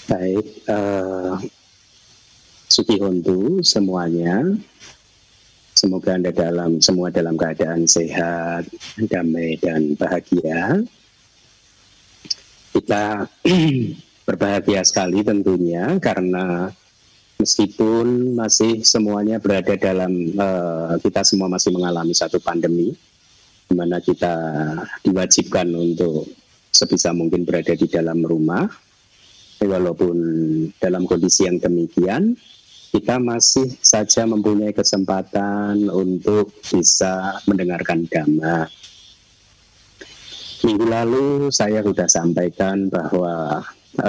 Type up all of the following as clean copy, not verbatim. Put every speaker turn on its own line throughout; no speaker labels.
Baik, Sukihontu semuanya. Semoga Anda semua dalam keadaan sehat, damai, dan bahagia. Kita berbahagia sekali tentunya karena meskipun masih semuanya berada dalam, kita semua masih mengalami satu pandemi, di mana kita diwajibkan untuk sebisa mungkin berada di dalam rumah. Walaupun dalam kondisi yang demikian, kita masih saja mempunyai kesempatan untuk bisa mendengarkan Dhamma. Minggu lalu saya sudah sampaikan bahwa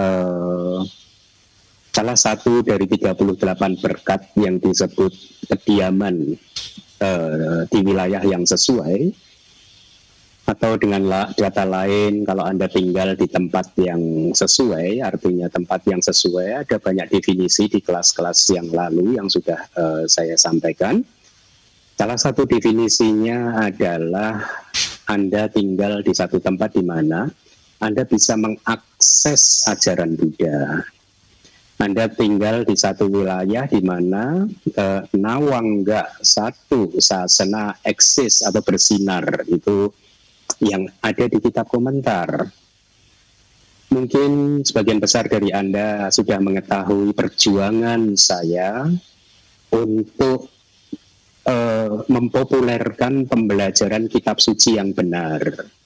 salah satu dari 38 berkat yang disebut kediaman di wilayah yang sesuai, atau dengan data lain, kalau Anda tinggal di tempat yang sesuai, artinya tempat yang sesuai, ada banyak definisi di kelas-kelas yang lalu yang sudah saya sampaikan. Salah satu definisinya adalah Anda tinggal di satu tempat di mana Anda bisa mengakses ajaran Buddha. Anda tinggal di satu wilayah di mana nawangga satu sasana eksis atau bersinar, itu yang ada di kitab komentar. Mungkin sebagian besar dari Anda sudah mengetahui perjuangan saya untuk mempopulerkan pembelajaran kitab suci yang benar.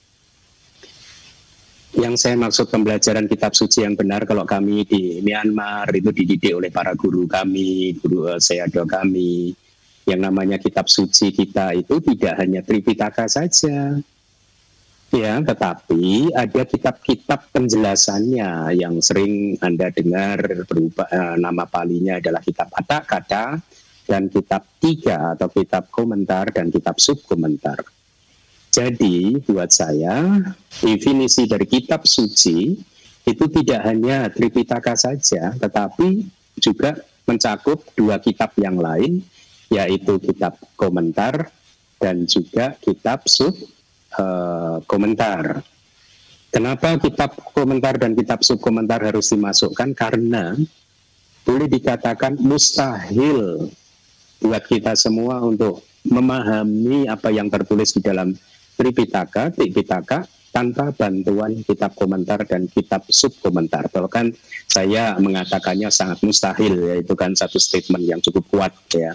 Yang saya maksud pembelajaran kitab suci yang benar, kalau kami di Myanmar itu dididik oleh para guru kami, guru sayadaw kami, yang namanya kitab suci kita itu tidak hanya Tripitaka saja. Ya, tetapi ada kitab-kitab penjelasannya yang sering Anda dengar berupa nama palinya adalah kitab Atthakatha dan kitab 3 atau kitab komentar dan kitab subkomentar. Jadi buat saya definisi dari kitab suci itu tidak hanya Tripitaka saja, tetapi juga mencakup 2 kitab yang lain, yaitu kitab komentar dan juga kitab komentar. Kenapa kitab komentar dan kitab subkomentar harus dimasukkan? Karena boleh dikatakan mustahil buat kita semua untuk memahami apa yang tertulis di dalam Tripitaka tanpa bantuan kitab komentar dan kitab subkomentar. Bahkan saya mengatakannya sangat mustahil, yaitu kan satu statement yang cukup kuat ya.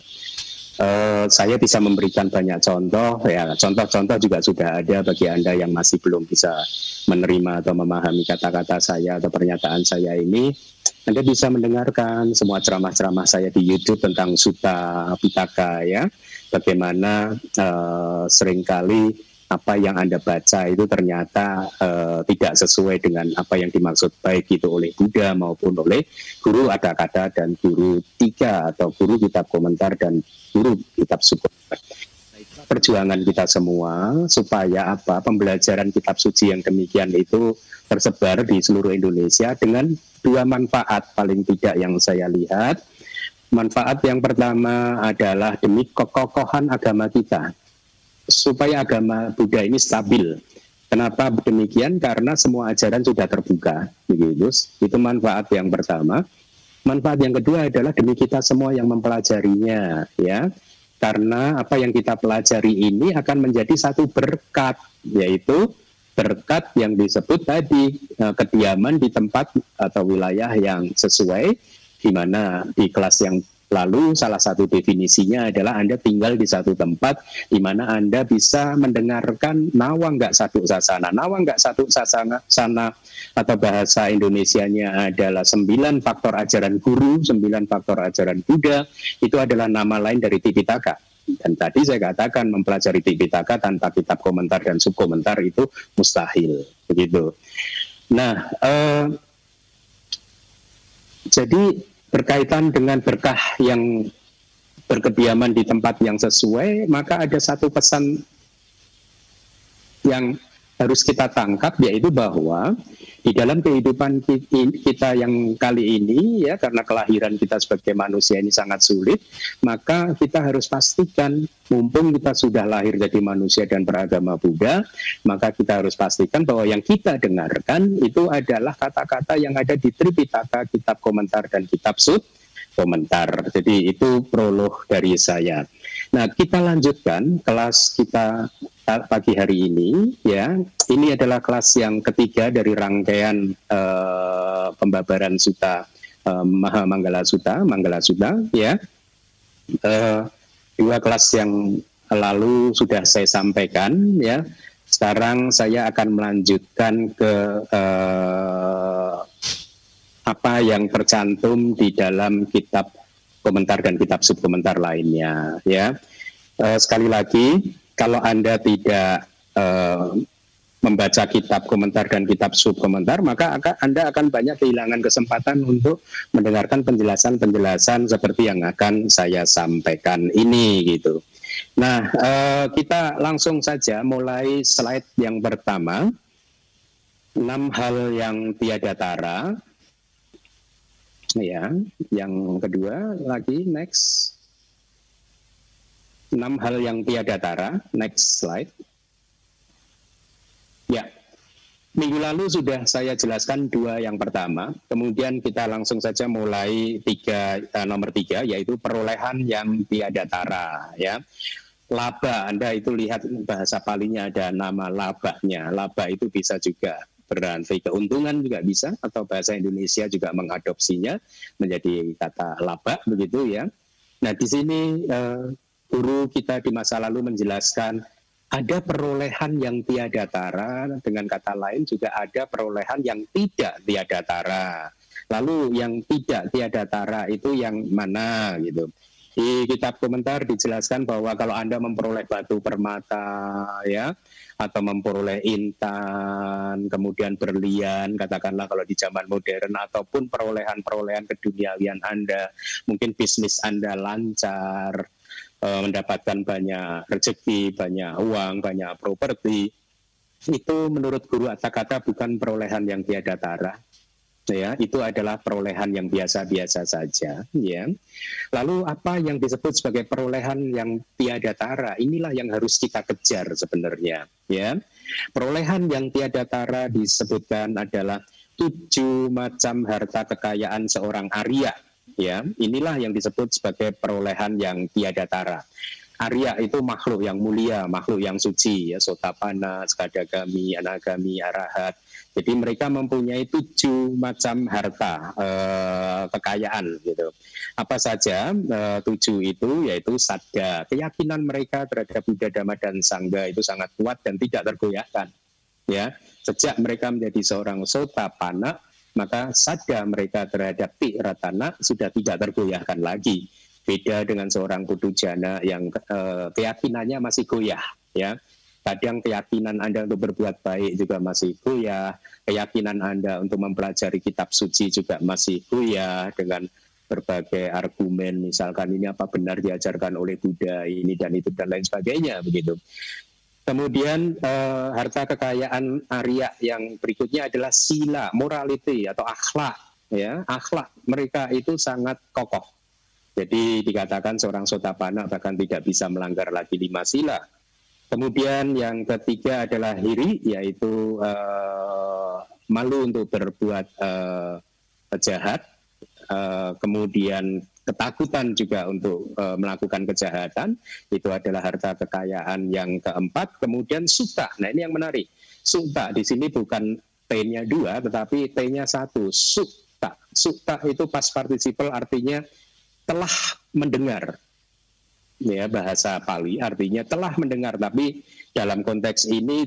Saya bisa memberikan banyak contoh, ya contoh-contoh juga sudah ada bagi Anda yang masih belum bisa menerima atau memahami kata-kata saya atau pernyataan saya ini. Anda bisa mendengarkan semua ceramah-ceramah saya di YouTube tentang Sutta Pitaka ya, bagaimana seringkali apa yang Anda baca itu ternyata tidak sesuai dengan apa yang dimaksud, baik itu oleh Buddha maupun oleh guru Atthakatha dan guru 3 atau guru kitab komentar dan guru kitab subkomentar. Perjuangan kita semua supaya pembelajaran kitab suci yang demikian itu tersebar di seluruh Indonesia dengan 2 manfaat paling tidak yang saya lihat. Manfaat yang pertama adalah demi kekokohan agama kita, supaya agama Buddha ini stabil. Kenapa demikian? Karena semua ajaran sudah terbuka, begitu. Itu manfaat yang pertama. Manfaat yang kedua adalah demi kita semua yang mempelajarinya, ya. Karena apa yang kita pelajari ini akan menjadi satu berkat, yaitu berkat yang disebut tadi, kediaman di tempat atau wilayah yang sesuai, di mana di kelas yang lalu salah satu definisinya adalah Anda tinggal di satu tempat di mana Anda bisa mendengarkan nawangga satu sasana. Nawangga satu sasana atau bahasa Indonesianya adalah 9 faktor ajaran guru, 9 faktor ajaran Buddha, itu adalah nama lain dari Tripitaka. Dan tadi saya katakan mempelajari Tripitaka tanpa kitab komentar dan subkomentar itu mustahil, begitu. Nah, jadi berkaitan dengan berkah yang berkediaman di tempat yang sesuai, maka ada satu pesan yang harus kita tangkap, yaitu bahwa di dalam kehidupan kita yang kali ini, ya, karena kelahiran kita sebagai manusia ini sangat sulit, maka kita harus pastikan, mumpung kita sudah lahir jadi manusia dan beragama Buddha, maka kita harus pastikan bahwa yang kita dengarkan itu adalah kata-kata yang ada di Tripitaka, kitab komentar dan kitab sub komentar. Jadi itu prolog dari saya. Nah, kita lanjutkan kelas kita pagi hari ini, ya. Ini adalah kelas yang ketiga dari rangkaian pembabaran Sutta Maha Manggala Sutta, ya. Dua kelas yang lalu sudah saya sampaikan, ya. Sekarang saya akan melanjutkan ke apa yang tercantum di dalam kitab komentar dan kitab subkomentar lainnya, ya. Sekali lagi, kalau Anda tidak membaca kitab komentar dan kitab subkomentar, maka Anda akan banyak kehilangan kesempatan untuk mendengarkan penjelasan-penjelasan seperti yang akan saya sampaikan ini, gitu. Nah, kita langsung saja mulai slide yang pertama, 6 hal yang tiada tara. Ya, yang kedua lagi, next. 6 hal yang tiada tara, next slide. Ya, minggu lalu sudah saya jelaskan 2 yang pertama, kemudian kita langsung saja mulai nomor 3, yaitu perolehan yang tiada tara, ya. Laba, Anda itu lihat bahasa Palinya ada nama labanya. Laba itu bisa juga berarti keuntungan, juga bisa, atau bahasa Indonesia juga mengadopsinya menjadi kata laba, begitu, ya. Nah, di sini guru kita di masa lalu menjelaskan ada perolehan yang tiada tara, dengan kata lain juga ada perolehan yang tidak tiada tara. Lalu yang tidak tiada tara itu yang mana, gitu. Di kitab komentar dijelaskan bahwa kalau Anda memperoleh batu permata, ya, atau memperoleh intan, kemudian berlian, katakanlah kalau di zaman modern, ataupun perolehan-perolehan keduniawian Anda, mungkin bisnis Anda lancar, mendapatkan banyak rezeki, banyak uang, banyak properti, itu menurut guru Atthakatha bukan perolehan yang tiada tara. Ya, itu adalah perolehan yang biasa-biasa saja, ya. Lalu apa yang disebut sebagai perolehan yang tiada tara? Inilah yang harus kita kejar sebenarnya, ya. Perolehan yang tiada tara disebutkan adalah 7 macam harta kekayaan seorang Arya, ya. Inilah yang disebut sebagai perolehan yang tiada tara. Arya itu makhluk yang mulia, makhluk yang suci, ya, Sotapanna, Skadagami, Anagami, Arahat. Jadi mereka mempunyai 7 macam harta kekayaan, gitu. Apa saja 7 itu? Yaitu saddha. Keyakinan mereka terhadap Buddha, Dhamma, dan Sangha itu sangat kuat dan tidak tergoyahkan. Ya, sejak mereka menjadi seorang Sotapanna, maka saddha mereka terhadap Tiratana sudah tidak tergoyahkan lagi. Beda dengan seorang Putujana yang keyakinannya masih goyah, ya. Kadang keyakinan Anda untuk berbuat baik juga masih goyah, keyakinan Anda untuk mempelajari kitab suci juga masih goyah dengan berbagai argumen, misalkan ini apa benar diajarkan oleh Buddha, ini dan itu dan lain sebagainya, begitu. Kemudian harta kekayaan Arya yang berikutnya adalah sila, morality atau akhlak, ya. Akhlak mereka itu sangat kokoh. Jadi dikatakan seorang Sotapanna bahkan tidak bisa melanggar lagi 5 sila. Kemudian yang ketiga adalah hiri, yaitu malu untuk berbuat jahat. Kemudian ketakutan juga untuk melakukan kejahatan. Itu adalah harta kekayaan yang keempat. Kemudian sutta. Nah, ini yang menarik. Sutta di sini bukan T-nya 2, tetapi T-nya 1. Sutta. Sutta itu past participle, artinya telah mendengar. Ya, bahasa Pali artinya telah mendengar, tapi dalam konteks ini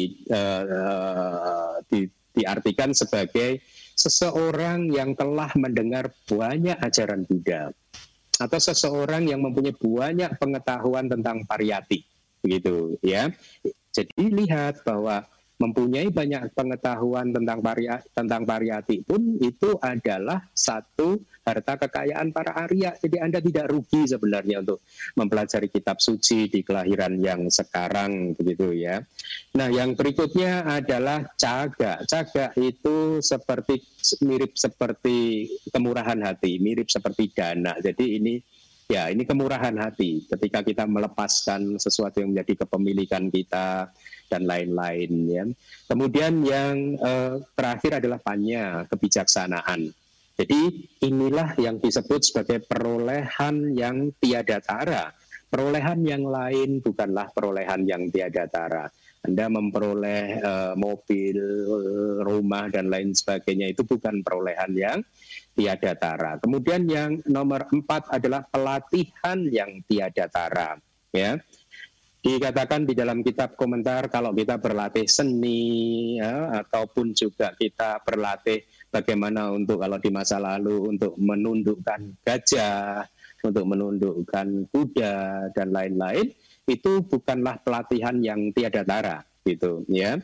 diartikan sebagai seseorang yang telah mendengar banyak ajaran Buddha atau seseorang yang mempunyai banyak pengetahuan tentang pariyati, begitu, ya. Jadi lihat bahwa mempunyai banyak pengetahuan tentang pariyati pun itu adalah satu harta kekayaan para Arya. Jadi Anda tidak rugi sebenarnya untuk mempelajari kitab suci di kelahiran yang sekarang, begitu ya. Nah, yang berikutnya adalah caga. Caga itu mirip seperti kemurahan hati, mirip seperti dana. Jadi ini kemurahan hati ketika kita melepaskan sesuatu yang menjadi kepemilikan kita dan lain-lain ya. Kemudian yang terakhir adalah panya, kebijaksanaan. Jadi inilah yang disebut sebagai perolehan yang tiada tara. Perolehan yang lain bukanlah perolehan yang tiada tara. Anda memperoleh mobil, rumah dan lain sebagainya itu bukan perolehan yang tiada tara. Kemudian yang nomor 4 adalah pelatihan yang tiada tara. Ya, dikatakan di dalam kitab komentar kalau kita berlatih seni ya, ataupun juga kita berlatih bagaimana untuk kalau di masa lalu untuk menundukkan gajah, untuk menundukkan kuda dan lain-lain, itu bukanlah pelatihan yang tiada tara gitu ya.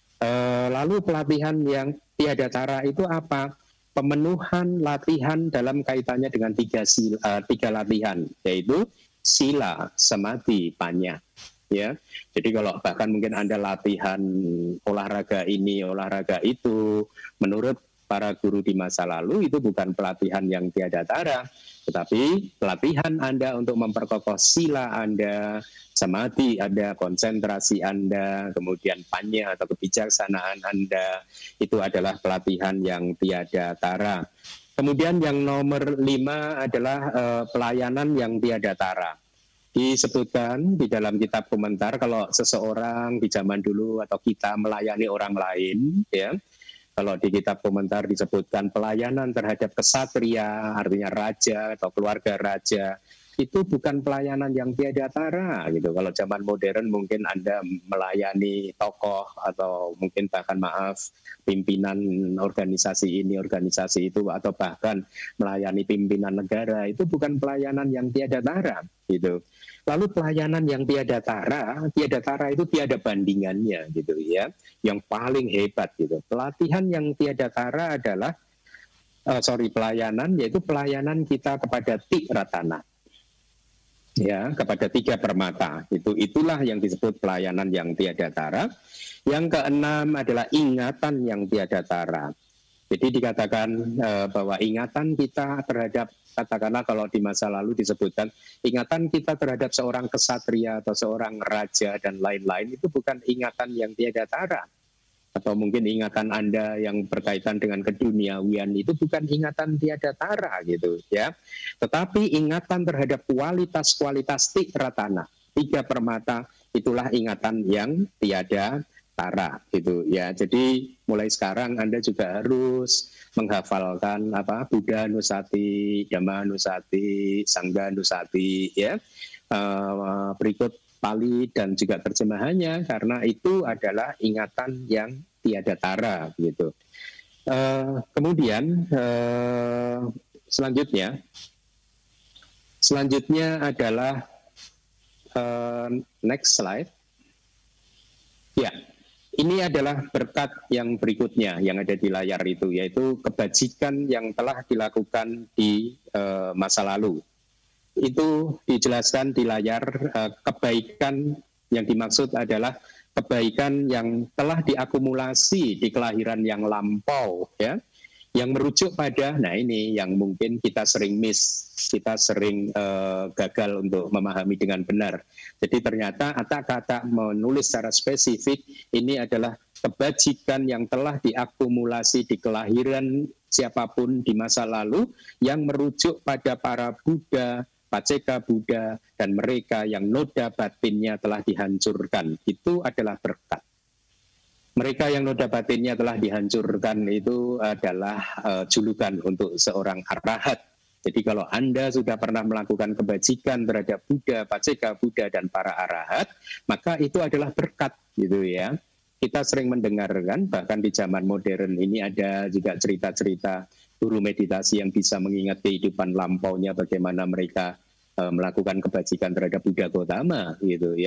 Lalu pelatihan yang tiada tara itu apa? Pemenuhan latihan dalam kaitannya dengan tiga latihan, yaitu sila, samadhi, panya. Ya, jadi kalau bahkan mungkin Anda latihan olahraga ini, olahraga itu, menurut para guru di masa lalu itu bukan pelatihan yang tiada tara, tetapi pelatihan Anda untuk memperkokoh sila Anda, samadhi Anda, konsentrasi Anda, kemudian panya atau kebijaksanaan Anda, itu adalah pelatihan yang tiada tara. Kemudian yang nomor 5 adalah pelayanan yang tiada tara. Disebutkan di dalam kitab komentar kalau seseorang di zaman dulu atau kita melayani orang lain, ya, kalau di kitab komentar disebutkan pelayanan terhadap kesatria, artinya raja atau keluarga raja, itu bukan pelayanan yang tiada tara gitu. Kalau zaman modern mungkin Anda melayani tokoh atau mungkin bahkan pimpinan organisasi ini, organisasi itu, atau bahkan melayani pimpinan negara, itu bukan pelayanan yang tiada tara gitu. Lalu pelayanan yang tiada tara itu tiada bandingannya gitu ya, yang paling hebat gitu. Pelatihan yang tiada tara adalah pelayanan, yaitu pelayanan kita kepada Tiratana, ya, kepada 3 permata. Itulah yang disebut pelayanan yang tiada tara. Yang keenam adalah ingatan yang tiada tara. Jadi dikatakan bahwa ingatan kita terhadap, katakanlah kalau di masa lalu disebutkan ingatan kita terhadap seorang kesatria atau seorang raja dan lain-lain, itu bukan ingatan yang tiada tara. Atau mungkin ingatan Anda yang berkaitan dengan keduniawian itu bukan ingatan tiada tara gitu ya. Tetapi ingatan terhadap kualitas-kualitas Tiratana, 3 permata, itulah ingatan yang tiada tara gitu ya. Jadi mulai sekarang Anda juga harus menghafalkan Buddha Nusati, Dhamma Nusati, Sangha Nusati ya. Berikut Pali dan juga terjemahannya, karena itu adalah ingatan yang tiada tara gitu. Kemudian selanjutnya adalah next slide. Ya, ini adalah berkat yang berikutnya yang ada di layar itu, yaitu kebajikan yang telah dilakukan di masa lalu. Itu dijelaskan di layar. Kebaikan yang dimaksud adalah kebaikan yang telah diakumulasi di kelahiran yang lampau ya, yang merujuk pada, nah ini yang mungkin kita sering kita sering gagal untuk memahami dengan benar. Jadi ternyata kata menulis secara spesifik ini adalah kebajikan yang telah diakumulasi di kelahiran siapapun di masa lalu, yang merujuk pada para Buddha, Paceka Buddha, dan mereka yang noda batinnya telah dihancurkan. Itu adalah berkat. Mereka yang noda batinnya telah dihancurkan itu adalah julukan untuk seorang arahat. Jadi kalau Anda sudah pernah melakukan kebajikan terhadap Buddha, Paceka Buddha, dan para arahat, maka itu adalah berkat gitu ya. Kita sering mendengarkan, bahkan di zaman modern ini ada juga cerita-cerita guru meditasi yang bisa mengingat kehidupan lampaunya, bagaimana mereka melakukan kebajikan terhadap Buddha Gautama gitu ya.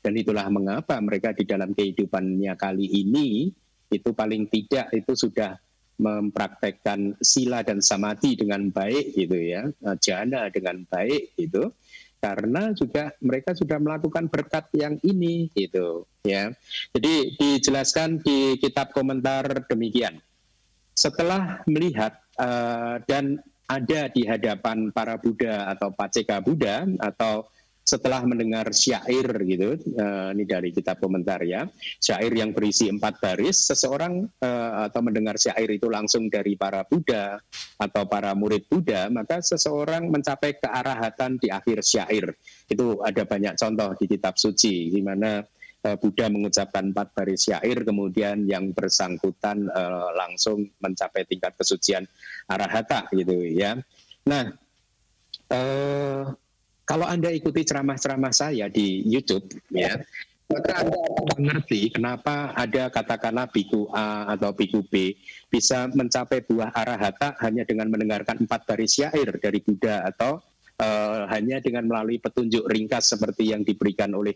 Dan itulah mengapa mereka di dalam kehidupannya kali ini itu paling tidak itu sudah mempraktekkan sila dan samadhi dengan baik gitu ya, jhana dengan baik gitu, karena juga mereka sudah melakukan berkat yang ini gitu ya. Jadi dijelaskan di kitab komentar demikian. Setelah melihat dan ada di hadapan para Buddha atau Paceka Buddha, atau setelah mendengar syair gitu, ini dari kitab komentar ya, syair yang berisi 4 baris, seseorang atau mendengar syair itu langsung dari para Buddha atau para murid Buddha, maka seseorang mencapai kearahatan di akhir syair. Itu ada banyak contoh di kitab suci, di mana Buddha mengucapkan 4 baris syair, kemudian yang bersangkutan langsung mencapai tingkat kesucian arahata gitu ya. Nah, kalau Anda ikuti ceramah-ceramah saya di YouTube, ya, maka Anda akan mengerti kenapa ada katakanlah biku A atau biku B bisa mencapai buah arahata hanya dengan mendengarkan 4 baris syair dari Buddha, atau hanya dengan melalui petunjuk ringkas seperti yang diberikan oleh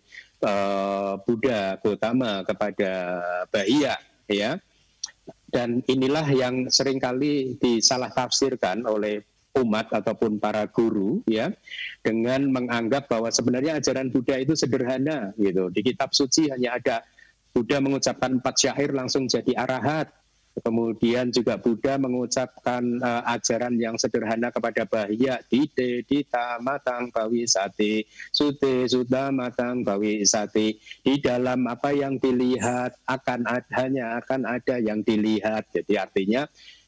Buddha Gautama kepada Bahia, ya. Dan inilah yang seringkali disalah tafsirkan oleh umat ataupun para guru ya, dengan menganggap bahwa sebenarnya ajaran Buddha itu sederhana gitu. Di kitab suci hanya ada Buddha mengucapkan 4 syair langsung jadi arahat. Kemudian juga Buddha mengucapkan ajaran yang sederhana kepada Bahia, dite dita matang bawi sati, sute suta matang bawi sati. Di dalam apa yang dilihat hanya akan ada yang dilihat. Jadi artinya,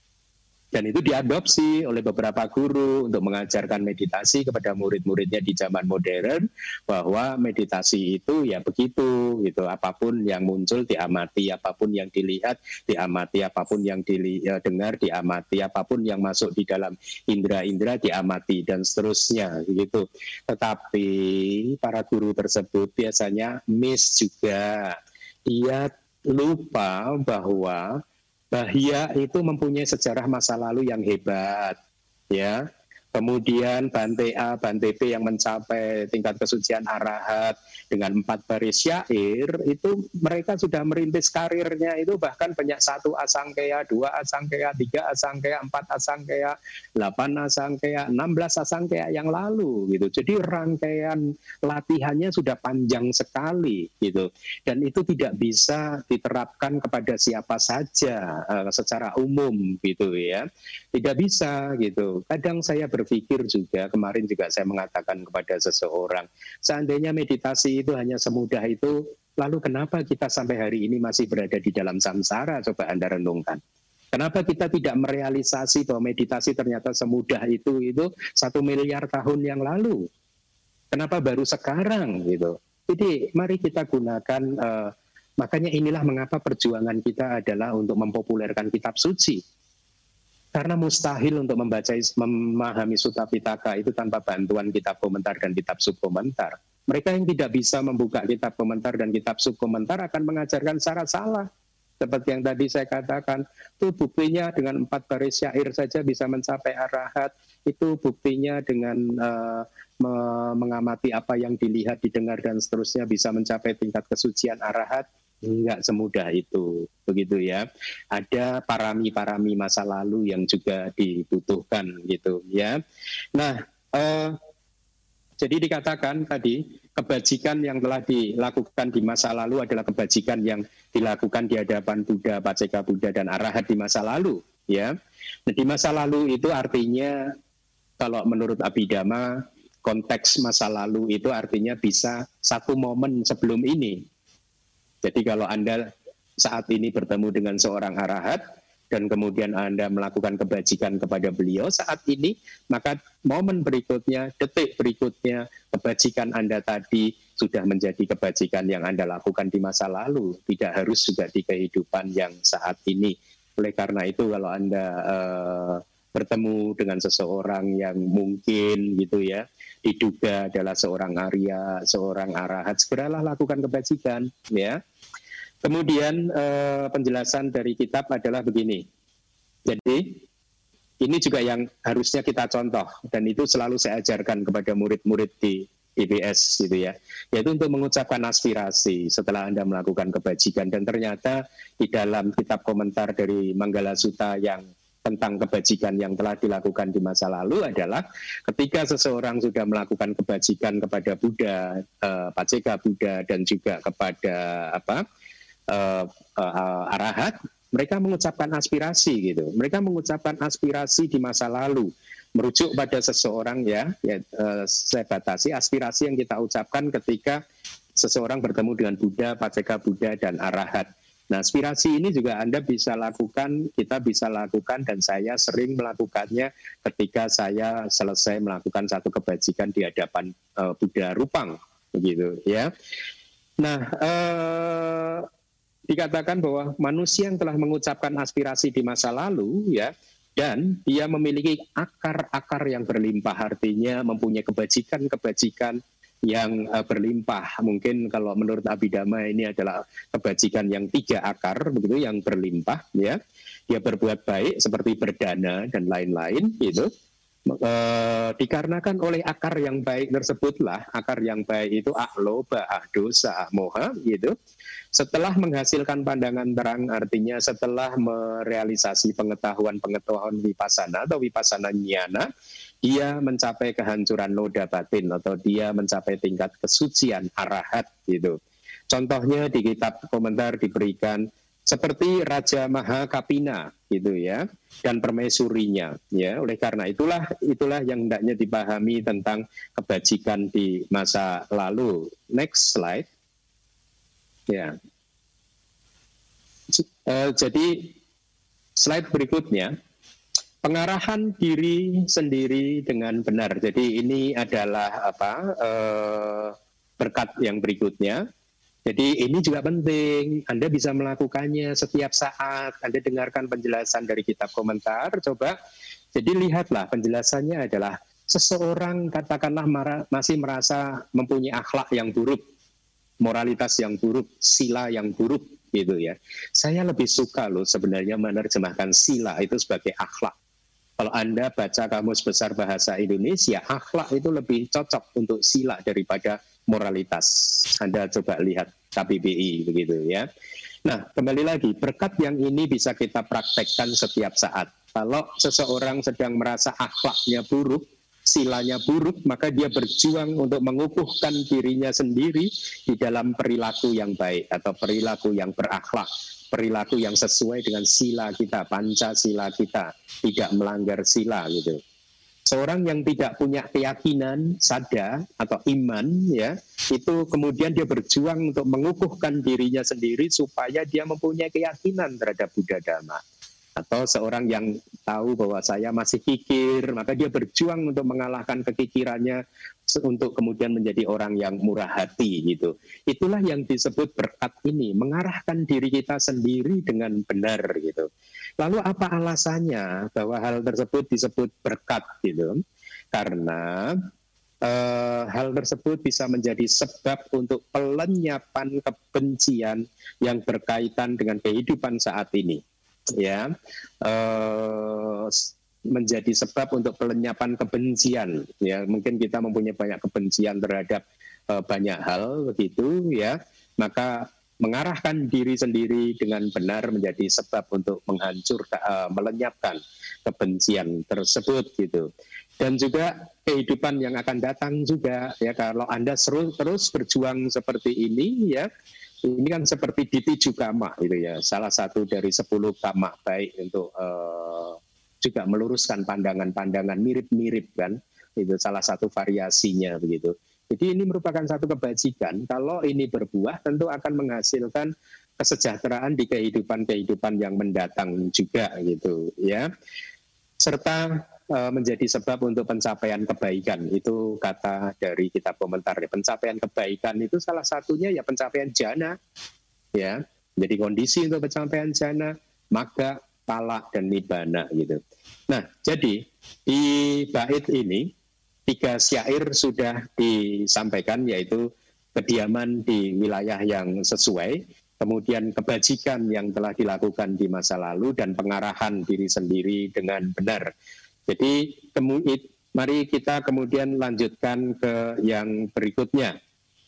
dan itu diadopsi oleh beberapa guru untuk mengajarkan meditasi kepada murid-muridnya di zaman modern, bahwa meditasi itu ya begitu gitu, apapun yang muncul diamati, apapun yang dilihat diamati, apapun yang didengar diamati, apapun yang masuk di dalam indera-indera diamati, dan seterusnya gitu. Tetapi para guru tersebut biasanya miss juga, dia lupa bahwa Bahia itu mempunyai sejarah masa lalu yang hebat, ya. Kemudian Bante A, Bante B yang mencapai tingkat kesucian arahat dengan 4 baris syair, itu mereka sudah merintis karirnya itu bahkan banyak 1 asangkeya, 2 asangkeya, 3 asangkeya, 4 asangkeya, 8 asangkeya, 16 asangkeya yang lalu gitu. Jadi rangkaian latihannya sudah panjang sekali gitu. Dan itu tidak bisa diterapkan kepada siapa saja secara umum gitu ya. Tidak bisa gitu. Kadang saya berpikir juga, kemarin juga saya mengatakan kepada seseorang, seandainya meditasi itu hanya semudah itu, lalu kenapa kita sampai hari ini masih berada di dalam samsara? Coba Anda renungkan. Kenapa kita tidak merealisasi bahwa meditasi ternyata semudah itu 1 miliar tahun yang lalu? Kenapa baru sekarang gitu? Jadi mari kita gunakan, makanya inilah mengapa perjuangan kita adalah untuk mempopulerkan kitab suci. Karena mustahil untuk memahami Sutta Pitaka itu tanpa bantuan kitab komentar dan kitab subkomentar. Mereka yang tidak bisa membuka kitab komentar dan kitab subkomentar akan mengajarkan secara salah. Seperti yang tadi saya katakan, itu buktinya dengan 4 baris syair saja bisa mencapai arahat. Itu buktinya dengan mengamati apa yang dilihat, didengar, dan seterusnya bisa mencapai tingkat kesucian arahat. Enggak semudah itu, begitu ya. Ada parami-parami masa lalu yang juga dibutuhkan gitu ya. Nah, jadi dikatakan tadi kebajikan yang telah dilakukan di masa lalu adalah kebajikan yang dilakukan di hadapan Buddha, Paceka Buddha, dan arahat di masa lalu ya. Nah, di masa lalu itu artinya kalau menurut Abhidhamma, konteks masa lalu itu artinya bisa 1 momen sebelum ini. Jadi kalau Anda saat ini bertemu dengan seorang arahat dan kemudian Anda melakukan kebajikan kepada beliau saat ini, maka momen berikutnya, detik berikutnya, kebajikan Anda tadi sudah menjadi kebajikan yang Anda lakukan di masa lalu. Tidak harus juga di kehidupan yang saat ini. Oleh karena itu kalau Anda bertemu dengan seseorang yang mungkin gitu ya, diduga adalah seorang Arya, seorang arahat, segeralah lakukan kebajikan ya. Kemudian penjelasan dari kitab adalah begini. Jadi ini juga yang harusnya kita contoh, dan itu selalu saya ajarkan kepada murid-murid di IBS gitu ya, yaitu untuk mengucapkan aspirasi setelah Anda melakukan kebajikan. Dan ternyata di dalam kitab komentar dari Manggala Sutta yang tentang kebajikan yang telah dilakukan di masa lalu adalah ketika seseorang sudah melakukan kebajikan kepada Buddha, Paceka Buddha, dan juga kepada Arahat, mereka mengucapkan aspirasi gitu. Mereka mengucapkan aspirasi di masa lalu, merujuk pada seseorang saya batasi aspirasi yang kita ucapkan ketika seseorang bertemu dengan Buddha, Paceka Buddha, dan Arahat. Nah, aspirasi ini juga Anda bisa lakukan, kita bisa lakukan, dan saya sering melakukannya ketika saya selesai melakukan satu kebajikan di hadapan Buddha Rupang, begitu ya. Nah, dikatakan bahwa manusia yang telah mengucapkan aspirasi di masa lalu, ya, dan dia memiliki akar-akar yang berlimpah, artinya mempunyai kebajikan-kebajikan yang berlimpah. Mungkin kalau menurut Abhidhamma ini adalah kebajikan yang 3 akar, begitu, yang berlimpah, ya. Dia berbuat baik seperti berdana dan lain-lain, gitu. Dikarenakan oleh akar yang baik tersebutlah, akar yang baik itu loba, dosa, moha, gitu. Setelah menghasilkan pandangan terang, artinya setelah merealisasi pengetahuan vipassana atau vipassana nyana, dia mencapai kehancuran noda batin atau dia mencapai tingkat kesucian arahat gitu. Contohnya di kitab komentar diberikan seperti Raja Mahakapina gitu ya, dan permaisurinya ya. Oleh karena itulah yang hendaknya dipahami tentang kebajikan di masa lalu. Next slide. Ya. Jadi slide berikutnya, pengarahan diri sendiri dengan benar. Jadi ini adalah berkat yang berikutnya. Jadi ini juga penting. Anda bisa melakukannya setiap saat. Anda dengarkan penjelasan dari kitab komentar. Coba. Jadi lihatlah penjelasannya adalah seseorang katakanlah masih merasa mempunyai akhlak yang buruk, moralitas yang buruk, sila yang buruk gitu ya. Saya lebih suka loh sebenarnya menerjemahkan sila itu sebagai akhlak. Kalau Anda baca Kamus Besar Bahasa Indonesia, akhlak itu lebih cocok untuk sila daripada moralitas. Anda coba lihat KBBI begitu ya. Nah, kembali lagi, berkat yang ini bisa kita praktekkan setiap saat. Kalau seseorang sedang merasa akhlaknya buruk, silanya buruk, maka dia berjuang untuk mengukuhkan dirinya sendiri di dalam perilaku yang baik atau perilaku yang berakhlak, perilaku yang sesuai dengan sila kita, Pancasila kita, tidak melanggar sila gitu. Seorang yang tidak punya keyakinan, sada atau iman ya, itu kemudian dia berjuang untuk mengukuhkan dirinya sendiri supaya dia mempunyai keyakinan terhadap Buddha Dhamma. Atau seorang yang tahu bahwa saya masih kikir, maka dia berjuang untuk mengalahkan kekikirannya untuk kemudian menjadi orang yang murah hati gitu. Itulah yang disebut berkat ini, mengarahkan diri kita sendiri dengan benar gitu. Lalu apa alasannya bahwa hal tersebut disebut berkat gitu? Karena hal tersebut bisa menjadi sebab untuk pelenyapan kebencian yang berkaitan dengan kehidupan saat ini. Ya, menjadi sebab untuk pelenyapan kebencian. Ya, mungkin kita mempunyai banyak kebencian terhadap banyak hal begitu ya, maka mengarahkan diri sendiri dengan benar menjadi sebab untuk menghancurkan, melenyapkan kebencian tersebut gitu. Dan juga kehidupan yang akan datang juga ya, kalau Anda terus berjuang seperti ini ya. Ini kan seperti ditiju kama gitu ya, salah satu dari 10 kama baik untuk juga meluruskan pandangan-pandangan mirip-mirip kan, itu salah satu variasinya begitu. Jadi ini merupakan satu kebajikan, kalau ini berbuah tentu akan menghasilkan kesejahteraan di kehidupan yang mendatang juga gitu ya. Serta menjadi sebab untuk pencapaian kebaikan. Itu kata dari kitab komentar. Pencapaian kebaikan itu salah satunya ya pencapaian jana, ya. Jadi kondisi untuk pencapaian jana, magga, pala, dan nibbana gitu. Nah, jadi di bait ini 3 syair sudah disampaikan, yaitu kediaman di wilayah yang sesuai, kemudian kebajikan yang telah dilakukan di masa lalu, dan pengarahan diri sendiri dengan benar. Jadi Mari kita kemudian lanjutkan ke yang berikutnya.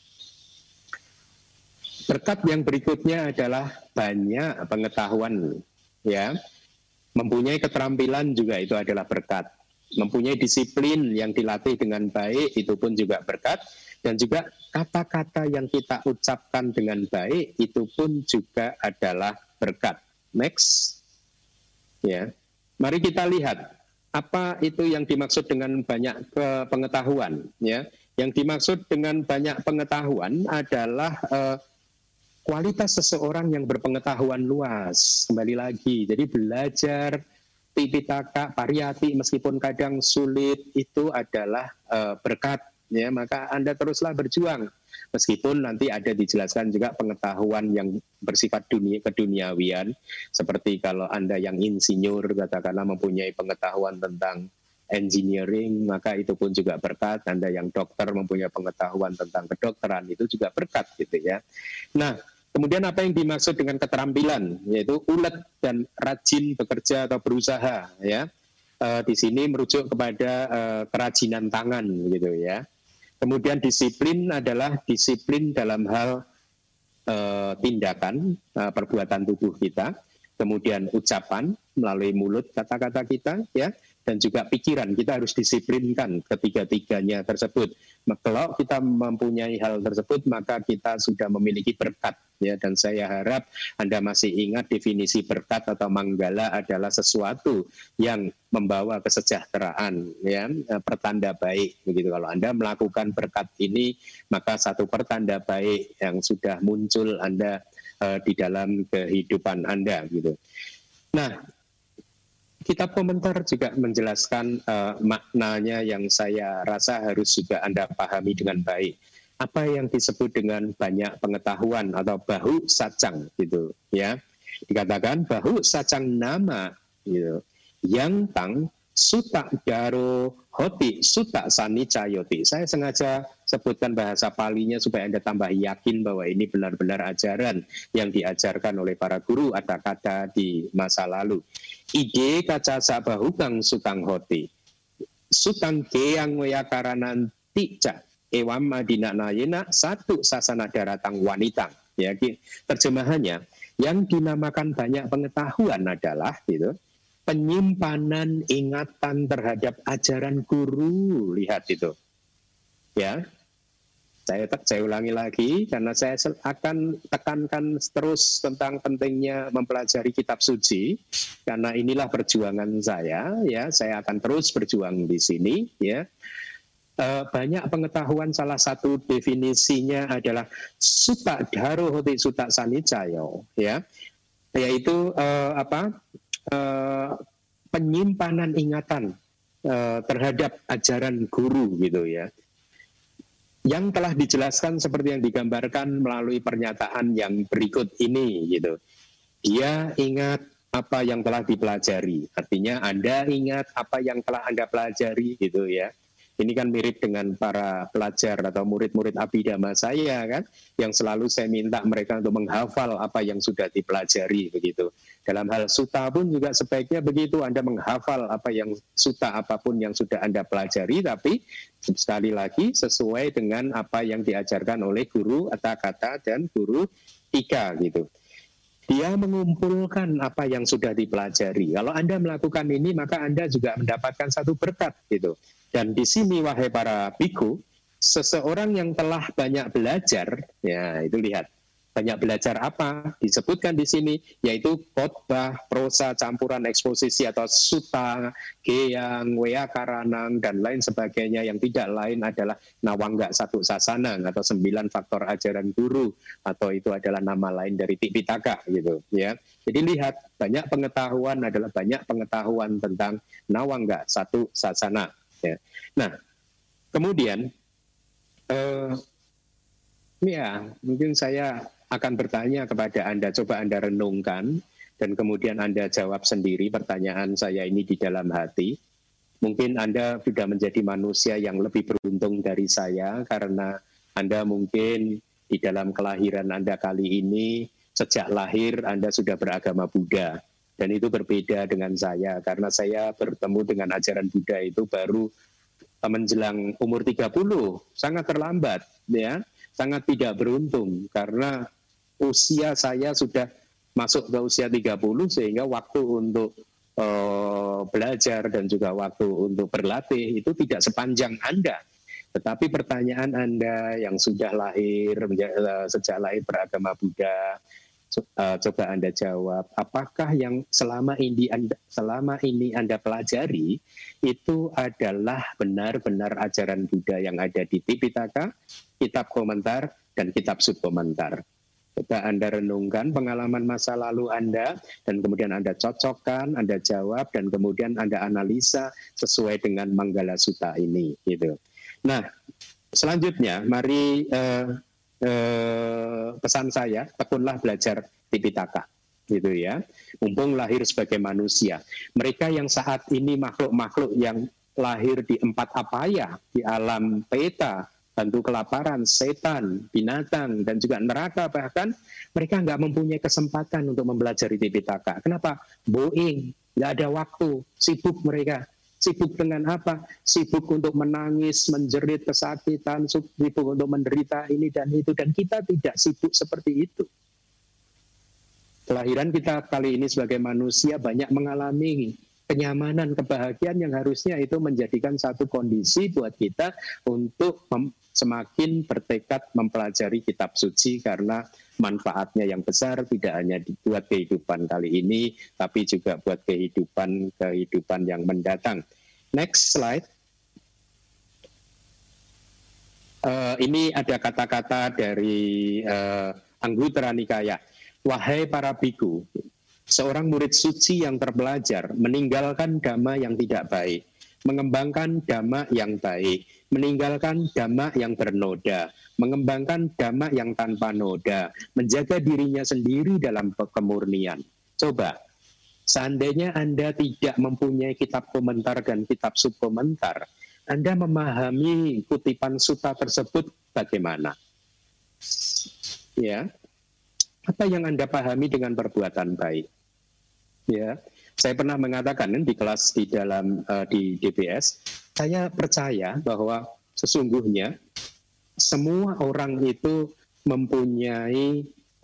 Berkat yang berikutnya adalah banyak pengetahuan, ya. Mempunyai keterampilan juga itu adalah berkat. Mempunyai disiplin yang dilatih dengan baik itu pun juga berkat. Dan juga kata-kata yang kita ucapkan dengan baik itu pun juga adalah berkat. Next. Ya. Mari kita lihat apa itu yang dimaksud dengan banyak pengetahuan, ya. Yang dimaksud dengan banyak pengetahuan adalah kualitas seseorang yang berpengetahuan luas. Kembali lagi, jadi belajar Tipitaka, Pariyati meskipun kadang sulit itu adalah berkat, ya. Maka Anda teruslah berjuang. Meskipun nanti ada dijelaskan juga pengetahuan yang bersifat keduniawian, seperti kalau Anda yang insinyur, katakanlah mempunyai pengetahuan tentang engineering, maka itu pun juga berkat. Anda yang dokter mempunyai pengetahuan tentang kedokteran, itu juga berkat, gitu ya. Nah, kemudian apa yang dimaksud dengan keterampilan, yaitu ulet dan rajin bekerja atau berusaha, ya. Di sini merujuk kepada kerajinan tangan, gitu ya. Kemudian disiplin adalah disiplin dalam hal tindakan, perbuatan tubuh kita, kemudian ucapan melalui mulut kata-kata kita, ya, dan juga pikiran. Kita harus disiplinkan ketiga-tiganya tersebut. Kalau kita mempunyai hal tersebut, maka kita sudah memiliki berkat, ya. Dan saya harap Anda masih ingat definisi berkat atau manggala adalah sesuatu yang membawa kesejahteraan, ya, pertanda baik, begitu. Kalau Anda melakukan berkat ini, maka satu pertanda baik yang sudah muncul Anda di dalam kehidupan Anda, gitu. Nah, kitab komentar juga menjelaskan maknanya yang saya rasa harus juga Anda pahami dengan baik. Apa yang disebut dengan banyak pengetahuan atau bahu sacang, gitu, ya. Dikatakan bahu sacang nama, gitu. Yang tang suta daro hoti suta sani cayoti. Saya sengaja sebutkan bahasa palinya supaya Anda tambah yakin bahwa ini benar-benar ajaran yang diajarkan oleh para guru ada kata di masa lalu. Ide kaca sabahu kang sutang hoti sutang keang wayakaranan tica ewam madina nayena satu sasana daratang wanitang. Ya, terjemahannya yang dinamakan banyak pengetahuan adalah, gitu, penyimpanan ingatan terhadap ajaran guru. Lihat itu, ya. Saya ulangi lagi karena saya akan tekankan terus tentang pentingnya mempelajari kitab suci, karena inilah perjuangan saya, ya. Saya akan terus berjuang di sini, ya. Banyak pengetahuan, salah satu definisinya adalah suta daro hoti suta sanicayo, ya, yaitu penyimpanan ingatan terhadap ajaran guru, gitu ya, yang telah dijelaskan seperti yang digambarkan melalui pernyataan yang berikut ini, gitu. Dia ingat apa yang telah dipelajari, artinya Anda ingat apa yang telah Anda pelajari, gitu ya. Ini kan mirip dengan para pelajar atau murid-murid abidama saya, kan, yang selalu saya minta mereka untuk menghafal apa yang sudah dipelajari, begitu. Dalam hal suta pun juga sebaiknya begitu, Anda menghafal apa yang suta apapun yang sudah Anda pelajari, tapi sekali lagi sesuai dengan apa yang diajarkan oleh guru Atakata dan guru Ika, gitu. Dia mengumpulkan apa yang sudah dipelajari. Kalau Anda melakukan ini, maka Anda juga mendapatkan satu berkat, gitu. Dan di sini, wahai para biku, seseorang yang telah banyak belajar, ya itu lihat, banyak belajar apa? Disebutkan di sini, yaitu khotbah, prosa, campuran eksposisi atau suta, geyang, weyakaranang, dan lain sebagainya, yang tidak lain adalah nawangga satu sasanang atau 9 faktor ajaran guru, atau itu adalah nama lain dari Tipitaka, gitu ya. Jadi lihat, banyak pengetahuan adalah banyak pengetahuan tentang nawangga satu sasana. Ya. Nah, kemudian ya mungkin saya akan bertanya kepada Anda, coba Anda renungkan dan kemudian Anda jawab sendiri pertanyaan saya ini di dalam hati. Mungkin Anda sudah menjadi manusia yang lebih beruntung dari saya, karena Anda mungkin di dalam kelahiran Anda kali ini, sejak lahir Anda sudah beragama Buddha. Dan itu berbeda dengan saya, karena saya bertemu dengan ajaran Buddha itu baru menjelang umur 30 sangat terlambat, ya, sangat tidak beruntung karena usia saya sudah masuk ke usia 30 sehingga waktu untuk belajar dan juga waktu untuk berlatih itu tidak sepanjang Anda. Tetapi pertanyaan Anda yang sudah lahir sejak lahir beragama Buddha, coba Anda jawab, apakah yang selama ini Anda pelajari itu adalah benar-benar ajaran Buddha yang ada di Tipitaka, kitab komentar, dan kitab subkomentar? Coba Anda renungkan pengalaman masa lalu Anda, dan kemudian Anda cocokkan, Anda jawab, dan kemudian Anda analisa sesuai dengan Manggala Sutta ini. Gitu. Nah, selanjutnya, mari pesan saya, tekunlah belajar Tipitaka. Gitu ya, mumpung lahir sebagai manusia. Mereka yang saat ini makhluk-makhluk yang lahir di 4 apaya, di alam peta, hantu kelaparan, setan, binatang, dan juga neraka, bahkan mereka nggak mempunyai kesempatan untuk mempelajari Tipitaka. Kenapa? Boeing, nggak ada waktu, sibuk mereka. Sibuk dengan apa? Sibuk untuk menangis, menjerit kesakitan, sibuk untuk menderita ini dan itu, dan kita tidak sibuk seperti itu. Kelahiran kita kali ini sebagai manusia banyak mengalami kenyamanan, kebahagiaan yang harusnya itu menjadikan satu kondisi buat kita untuk semakin bertekad mempelajari kitab suci karena manfaatnya yang besar tidak hanya buat kehidupan kali ini, tapi juga buat kehidupan yang mendatang. Next slide. Ini ada kata-kata dari Anggutara Nikaya. Wahai para biku, seorang murid suci yang terpelajar meninggalkan dhamma yang tidak baik, mengembangkan dhamma yang baik, meninggalkan dhamma yang bernoda, mengembangkan dhamma yang tanpa noda, menjaga dirinya sendiri dalam kemurnian. Coba, seandainya Anda tidak mempunyai kitab komentar dan kitab subkomentar, Anda memahami kutipan sutta tersebut bagaimana? Ya, apa yang Anda pahami dengan perbuatan baik? Ya, saya pernah mengatakan di kelas di DBS, saya percaya bahwa sesungguhnya semua orang itu mempunyai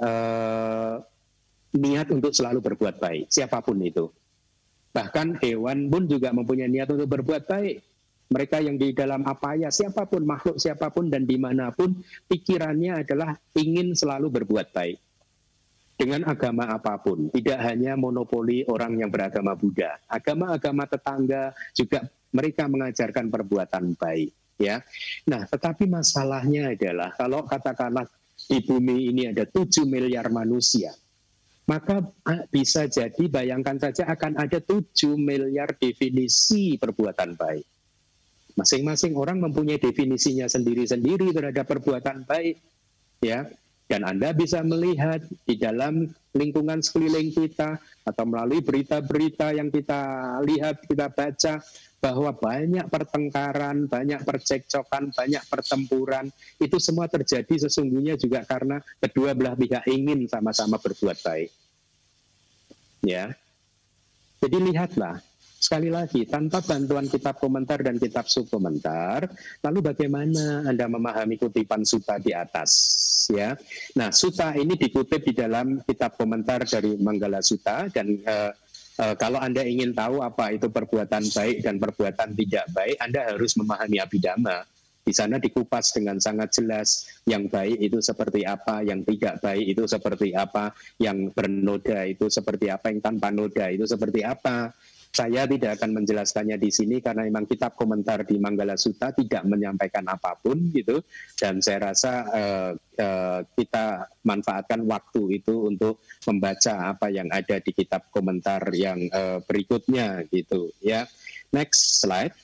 niat untuk selalu berbuat baik, siapapun itu. Bahkan hewan pun juga mempunyai niat untuk berbuat baik. Mereka yang di dalam apaya, siapapun, makhluk siapapun dan dimanapun, pikirannya adalah ingin selalu berbuat baik. Dengan agama apapun, tidak hanya monopoli orang yang beragama Buddha, agama-agama tetangga juga mereka mengajarkan perbuatan baik, ya. Nah, tetapi masalahnya adalah kalau katakanlah di bumi ini ada 7 miliar manusia, maka bisa jadi bayangkan saja akan ada 7 miliar definisi perbuatan baik. Masing-masing orang mempunyai definisinya sendiri-sendiri terhadap perbuatan baik, ya. Dan Anda bisa melihat di dalam lingkungan sekeliling kita atau melalui berita-berita yang kita lihat, kita baca, bahwa banyak pertengkaran, banyak percekcokan, banyak pertempuran, itu semua terjadi sesungguhnya juga karena kedua belah pihak ingin sama-sama berbuat baik. Ya, jadi lihatlah, sekali lagi, tanpa bantuan kitab komentar dan kitab subkomentar, lalu bagaimana Anda memahami kutipan sutta di atas? Ya, nah sutta ini dikutip di dalam kitab komentar dari Manggala Sutta, dan kalau Anda ingin tahu apa itu perbuatan baik dan perbuatan tidak baik, Anda harus memahami Abhidhamma. Di sana dikupas dengan sangat jelas, yang baik itu seperti apa, yang tidak baik itu seperti apa, yang bernoda itu seperti apa, yang tanpa noda itu seperti apa. Saya tidak akan menjelaskannya di sini karena memang kitab komentar di Manggala Sutta tidak menyampaikan apapun gitu, dan saya rasa kita manfaatkan waktu itu untuk membaca apa yang ada di kitab komentar yang berikutnya gitu ya. Next slide.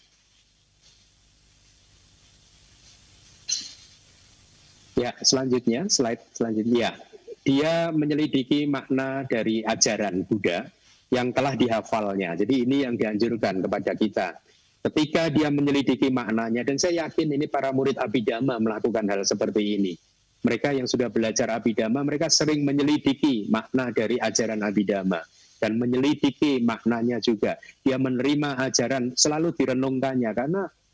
Ya, selanjutnya slide selanjutnya. Dia menyelidiki makna dari ajaran Buddha yang telah dihafalnya. Jadi ini yang dianjurkan kepada kita. Ketika dia menyelidiki maknanya, dan saya yakin ini para murid Abhidhamma melakukan hal seperti ini. Mereka yang sudah belajar Abhidhamma, mereka sering menyelidiki makna dari ajaran Abhidhamma. Dan menyelidiki maknanya juga. Dia menerima ajaran, selalu direnungkannya. Karena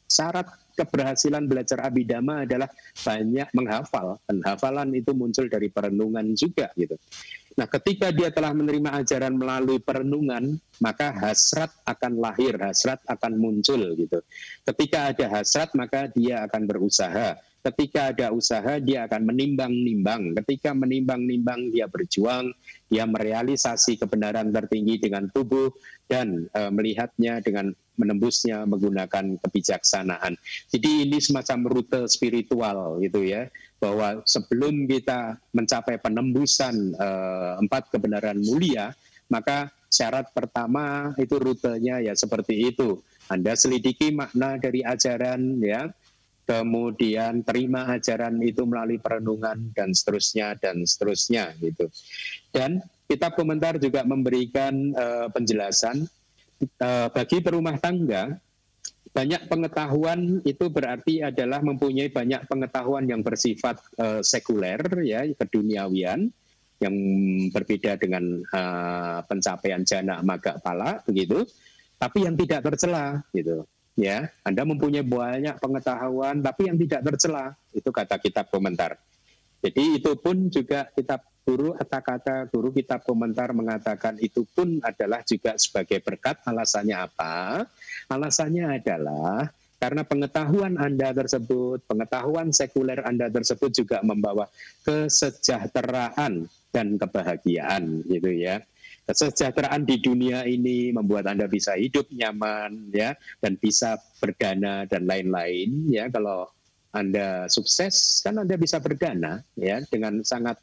syarat keberhasilan belajar abidama adalah banyak menghafal, dan hafalan itu muncul dari perenungan juga gitu. Nah, ketika dia telah menerima ajaran melalui perenungan, maka hasrat akan lahir, hasrat akan muncul gitu. Ketika ada hasrat, maka dia akan berusaha. Ketika ada usaha, dia akan menimbang-nimbang. Ketika menimbang-nimbang, dia berjuang, dia merealisasi kebenaran tertinggi dengan tubuh dan melihatnya dengan menembusnya menggunakan kebijaksanaan. Jadi ini semacam rute spiritual gitu ya, bahwa sebelum kita mencapai penembusan 4 kebenaran mulia, maka syarat pertama itu rutenya ya seperti itu. Anda selidiki makna dari ajaran ya, kemudian terima ajaran itu melalui perenungan dan seterusnya gitu. Dan kitab komentar juga memberikan penjelasan bagi perumah tangga. Banyak pengetahuan itu berarti adalah mempunyai banyak pengetahuan yang bersifat sekuler ya, keduniawian, yang berbeda dengan pencapaian jana maga pala begitu, tapi yang tidak tercela gitu ya. Anda mempunyai banyak pengetahuan tapi yang tidak tercela, itu kata kitab komentar. Jadi itu pun juga kitab guru, kata-kata guru kitab komentar mengatakan itu pun adalah juga sebagai berkat. Alasannya apa? Alasannya adalah karena pengetahuan Anda tersebut, pengetahuan sekuler Anda tersebut juga membawa kesejahteraan dan kebahagiaan gitu ya. Kesejahteraan di dunia ini membuat Anda bisa hidup nyaman ya, dan bisa berdana dan lain-lain ya. Kalau Anda sukses kan Anda bisa berdana ya dengan sangat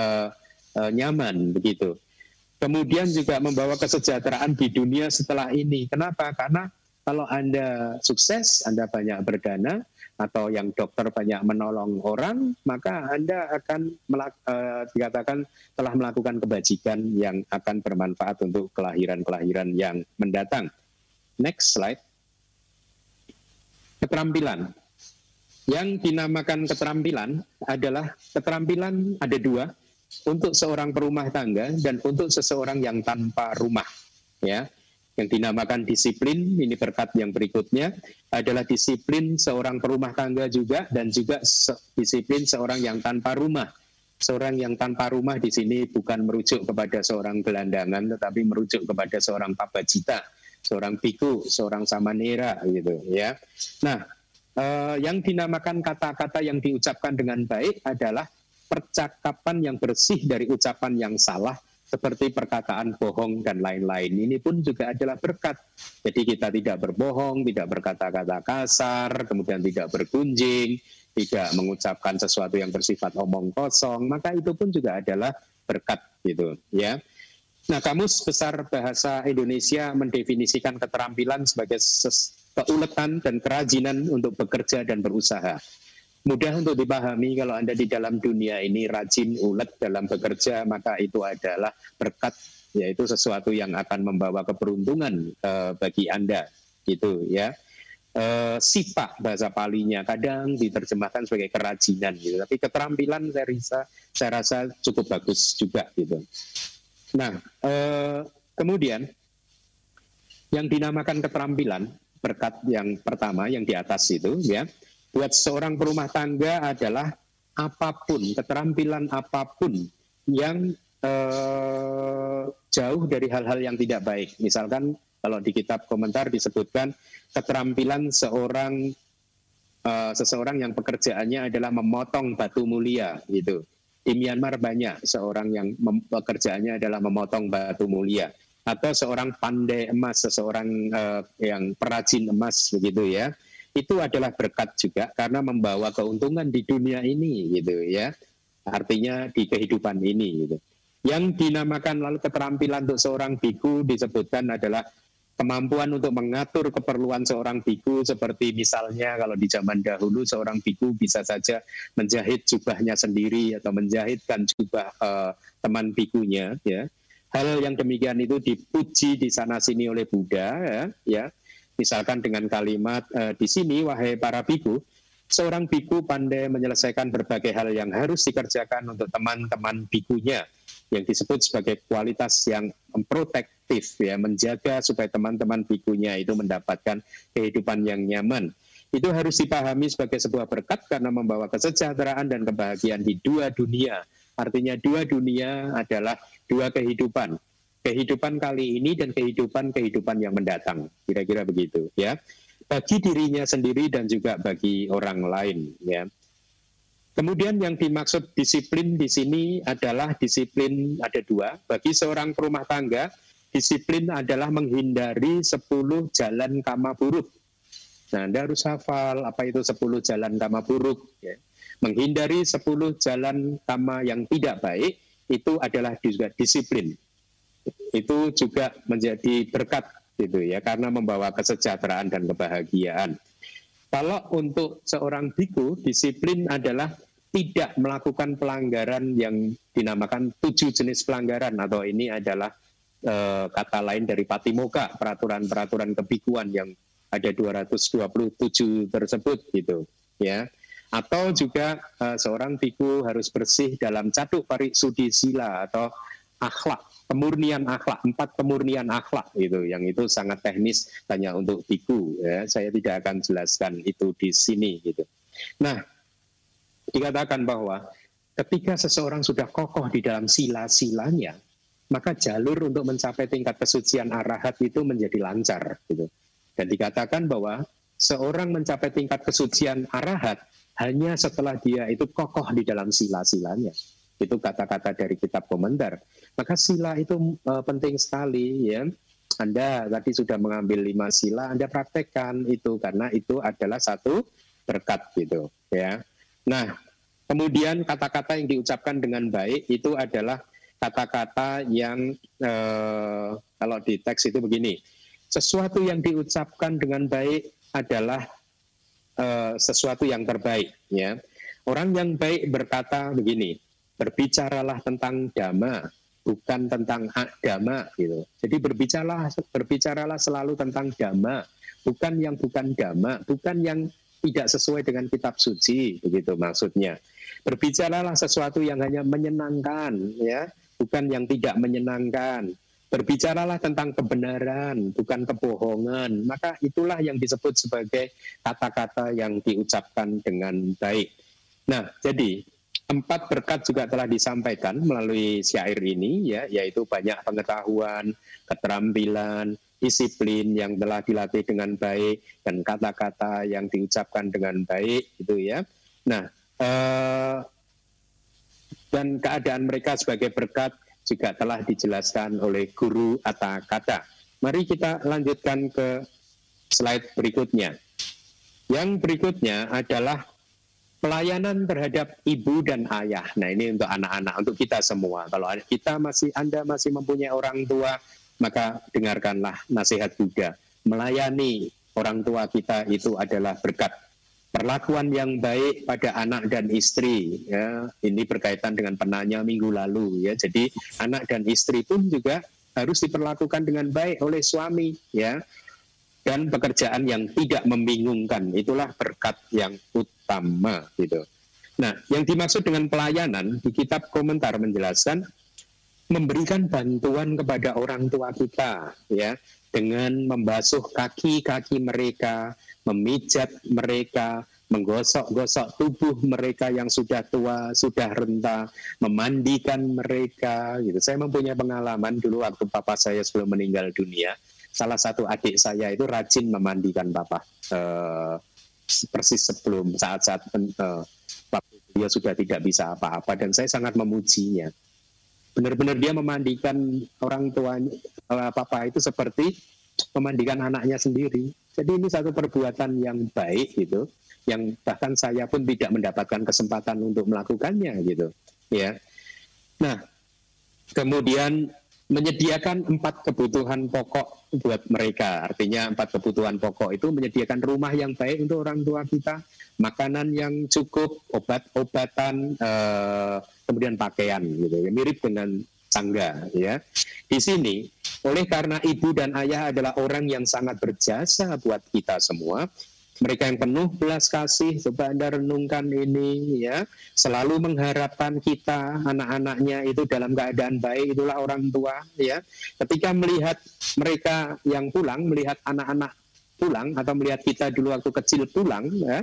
nyaman begitu. Kemudian juga membawa kesejahteraan di dunia setelah ini. Kenapa? Karena kalau Anda sukses, Anda banyak berdana, atau yang dokter banyak menolong orang, maka Anda akan dikatakan telah melakukan kebajikan yang akan bermanfaat untuk kelahiran-kelahiran yang mendatang. Next slide. Keterampilan. Yang dinamakan keterampilan adalah keterampilan ada 2, untuk seorang perumah tangga dan untuk seseorang yang tanpa rumah ya. Yang dinamakan disiplin, ini berkat yang berikutnya, adalah disiplin seorang perumah tangga juga, dan juga disiplin seorang yang tanpa rumah. Seorang yang tanpa rumah di sini bukan merujuk kepada seorang gelandangan, tetapi merujuk kepada seorang pabajita, seorang biku, seorang samanera gitu ya. Nah, yang dinamakan kata-kata yang diucapkan dengan baik adalah percakapan yang bersih dari ucapan yang salah, seperti perkataan bohong dan lain-lain. Ini pun juga adalah berkat. Jadi kita tidak berbohong, tidak berkata-kata kasar, kemudian tidak bergunjing, tidak mengucapkan sesuatu yang bersifat omong kosong, maka itu pun juga adalah berkat gitu ya. Nah, Kamus Besar Bahasa Indonesia mendefinisikan keterampilan sebagai keuletan dan kerajinan untuk bekerja dan berusaha. Mudah untuk dipahami kalau Anda di dalam dunia ini rajin, ulet dalam bekerja, maka itu adalah berkat, yaitu sesuatu yang akan membawa keberuntungan bagi Anda, gitu ya. Sipa bahasa Palinya kadang diterjemahkan sebagai kerajinan, gitu. Tapi keterampilan saya rasa cukup bagus juga, gitu. Nah, kemudian yang dinamakan keterampilan, berkat yang pertama yang di atas itu ya, buat seorang perumah tangga adalah apapun, keterampilan apapun yang jauh dari hal-hal yang tidak baik. Misalkan kalau di kitab komentar disebutkan keterampilan seseorang yang pekerjaannya adalah memotong batu mulia gitu. Di Myanmar banyak seorang yang pekerjaannya adalah memotong batu mulia, atau seorang pandai emas, seseorang yang perajin emas begitu ya. Itu adalah berkat juga karena membawa keuntungan di dunia ini gitu ya. Artinya di kehidupan ini gitu. Yang dinamakan lalu keterampilan untuk seorang biku disebutkan adalah kemampuan untuk mengatur keperluan seorang biku, seperti misalnya kalau di zaman dahulu seorang biku bisa saja menjahit jubahnya sendiri atau menjahitkan jubah teman bikunya ya. Hal yang demikian itu dipuji di sana sini oleh Buddha ya. Misalkan dengan kalimat di sini, wahai para biku, seorang biku pandai menyelesaikan berbagai hal yang harus dikerjakan untuk teman-teman bikunya, yang disebut sebagai kualitas yang protektif ya, menjaga supaya teman-teman bikunya itu mendapatkan kehidupan yang nyaman. itu harus dipahami sebagai sebuah berkat karena membawa kesejahteraan dan kebahagiaan di dua dunia. Artinya dua dunia adalah dua kehidupan. Kehidupan kali ini dan kehidupan yang mendatang. Kira-kira begitu ya. Bagi dirinya sendiri dan juga bagi orang lain ya. Kemudian yang dimaksud disiplin di sini adalah disiplin ada dua. Bagi seorang perumah tangga, disiplin adalah menghindari 10 jalan kama buruk. Nah, Anda harus hafal apa itu 10 jalan kama buruk. Ya. Menghindari 10 jalan kama yang tidak baik, itu adalah juga disiplin. Itu juga menjadi berkat gitu ya, karena membawa kesejahteraan dan kebahagiaan. Kalau untuk seorang biku, disiplin adalah tidak melakukan pelanggaran yang dinamakan 7 jenis pelanggaran, atau ini adalah kata lain dari Patimokkha, peraturan-peraturan kebikuan yang ada 227 tersebut gitu ya. Atau juga seorang biku harus bersih dalam catuk parisuddhi sila atau akhlak, kemurnian akhlak, 4 kemurnian akhlak gitu, yang itu sangat teknis hanya untuk biku ya. Saya tidak akan jelaskan itu di sini gitu. Nah, dikatakan bahwa ketika seseorang sudah kokoh di dalam sila-silanya, maka jalur untuk mencapai tingkat kesucian arahat itu menjadi lancar gitu. Dan dikatakan bahwa seorang mencapai tingkat kesucian arahat hanya setelah dia itu kokoh di dalam sila-silanya. Itu kata-kata dari kitab komentar. Maka sila itu penting sekali ya. Anda tadi sudah mengambil 5 sila, Anda praktekkan itu karena itu adalah satu berkat gitu ya. Nah, kemudian kata-kata yang diucapkan dengan baik itu adalah kata-kata yang kalau di teks itu begini. Sesuatu yang diucapkan dengan baik adalah sesuatu yang terbaik ya. Orang yang baik berkata begini, berbicaralah tentang dhamma, bukan tentang agama gitu. Jadi berbicaralah selalu tentang dhamma, bukan yang bukan dhamma, bukan yang tidak sesuai dengan kitab suci, begitu maksudnya. Berbicaralah sesuatu yang hanya menyenangkan ya, bukan yang tidak menyenangkan. Berbicaralah tentang kebenaran, bukan kebohongan. Maka itulah yang disebut sebagai kata-kata yang diucapkan dengan baik. Nah, jadi 4 berkat juga telah disampaikan melalui syair ini, ya, yaitu banyak pengetahuan, keterampilan, disiplin yang telah dilatih dengan baik, dan kata-kata yang diucapkan dengan baik, gitu ya. Nah, dan keadaan mereka sebagai berkat juga telah dijelaskan oleh Guru Atta Kata. Mari kita lanjutkan ke slide berikutnya. Yang berikutnya adalah pelayanan terhadap ibu dan ayah. Nah, ini untuk anak-anak, untuk kita semua. Kalau Anda masih mempunyai orang tua, maka dengarkanlah nasihat Buddha. Melayani orang tua kita itu adalah berkat. Perlakuan yang baik pada anak dan istri, ya, ini berkaitan dengan penanya minggu lalu, ya. Jadi anak dan istri pun juga harus diperlakukan dengan baik oleh suami, ya. Dan pekerjaan yang tidak membingungkan, itulah berkat yang utama, gitu. Nah, yang dimaksud dengan pelayanan di kitab komentar menjelaskan memberikan bantuan kepada orang tua kita, ya, dengan membasuh kaki-kaki mereka, memijat mereka, menggosok-gosok tubuh mereka yang sudah tua, sudah renta, memandikan mereka, gitu. Saya mempunyai pengalaman dulu waktu papa saya sebelum meninggal dunia. Salah satu adik saya itu rajin memandikan papa, persis sebelum saat-saat waktu dia sudah tidak bisa apa-apa, dan saya sangat memujinya. Benar-benar dia memandikan orang tuanya, papa itu seperti memandikan anaknya sendiri. Jadi ini satu perbuatan yang baik gitu, yang bahkan saya pun tidak mendapatkan kesempatan untuk melakukannya gitu, ya. Nah, kemudian menyediakan 4 kebutuhan pokok buat mereka. Artinya 4 kebutuhan pokok itu menyediakan rumah yang baik untuk orang tua kita, makanan yang cukup, obat-obatan, kemudian pakaian gitu. Mirip dengan sangga, ya. Di sini, oleh karena ibu dan ayah adalah orang yang sangat berjasa buat kita semua, mereka yang penuh belas kasih, coba Anda renungkan ini, ya, selalu mengharapkan kita, anak-anaknya itu dalam keadaan baik, itulah orang tua, ya. Ketika melihat mereka yang pulang, melihat anak-anak pulang atau melihat kita dulu waktu kecil pulang, ya,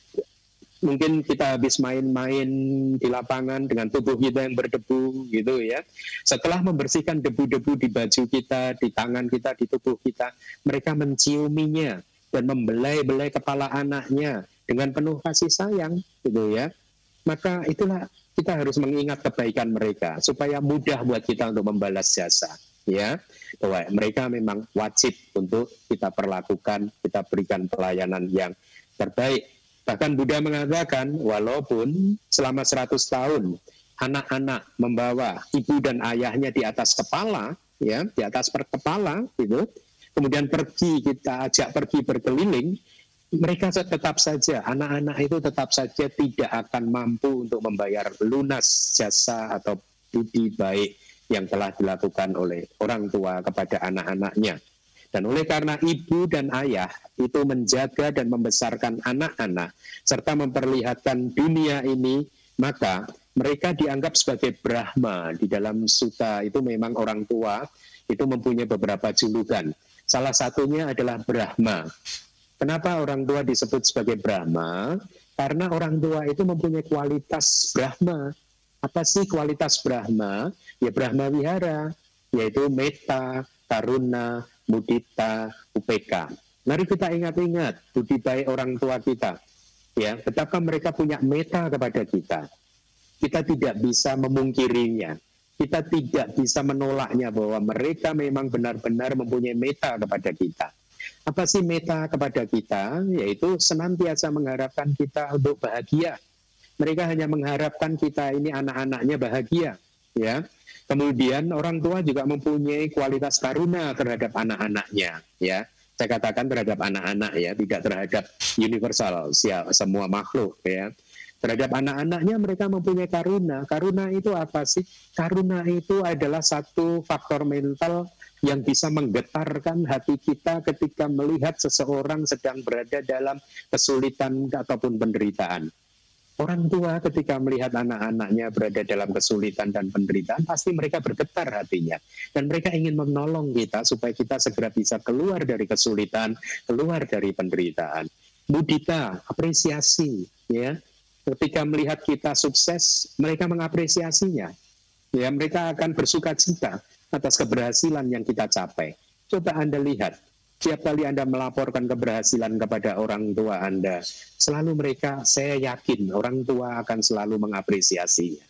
mungkin kita habis main-main di lapangan dengan tubuh kita yang berdebu gitu ya. Setelah membersihkan debu-debu di baju kita, di tangan kita, di tubuh kita, mereka menciuminya dan membelai-belai kepala anaknya dengan penuh kasih sayang gitu ya. Maka itulah kita harus mengingat kebaikan mereka supaya mudah buat kita untuk membalas jasa ya. Bahwa mereka memang wajib untuk kita perlakukan, kita berikan pelayanan yang terbaik. Bahkan Buddha mengatakan walaupun selama 100 tahun anak-anak membawa ibu dan ayahnya di atas kepala, ya, di atas kepala gitu, kemudian kita ajak pergi berkeliling, mereka tetap saja, anak-anak itu tetap saja tidak akan mampu untuk membayar lunas jasa atau budi baik yang telah dilakukan oleh orang tua kepada anak-anaknya. Dan oleh karena ibu dan ayah itu menjaga dan membesarkan anak-anak serta memperlihatkan dunia ini, maka mereka dianggap sebagai Brahma. Di dalam sutta itu memang orang tua itu mempunyai beberapa julukan. Salah satunya adalah Brahma. Kenapa orang tua disebut sebagai Brahma? Karena orang tua itu mempunyai kualitas Brahma. Apa sih kualitas Brahma? Ya Brahma Wihara, yaitu metta, karuna, mudita, upeka. Mari kita ingat-ingat budi baik orang tua kita. Ya, betapa mereka punya metta kepada kita. Kita tidak bisa memungkirinya. Kita tidak bisa menolaknya bahwa mereka memang benar-benar mempunyai metta kepada kita. Apa sih metta kepada kita? Yaitu senantiasa mengharapkan kita untuk bahagia. Mereka hanya mengharapkan kita ini anak-anaknya bahagia, ya. Kemudian orang tua juga mempunyai kualitas karuna terhadap anak-anaknya, ya. Saya katakan terhadap anak-anak ya, tidak terhadap universal semua makhluk ya. Terhadap anak-anaknya mereka mempunyai karuna. Karuna itu apa sih? Karuna itu adalah satu faktor mental yang bisa menggetarkan hati kita ketika melihat seseorang sedang berada dalam kesulitan ataupun penderitaan. Orang tua ketika melihat anak-anaknya berada dalam kesulitan dan penderitaan, pasti mereka bergetar hatinya. Dan mereka ingin menolong kita supaya kita segera bisa keluar dari kesulitan, keluar dari penderitaan. Mudita, apresiasi. Ya. Ketika melihat kita sukses, mereka mengapresiasinya. Ya, mereka akan bersuka cita atas keberhasilan yang kita capai. Coba Anda lihat. Setiap kali Anda melaporkan keberhasilan kepada orang tua Anda, selalu mereka, saya yakin orang tua akan selalu mengapresiasinya.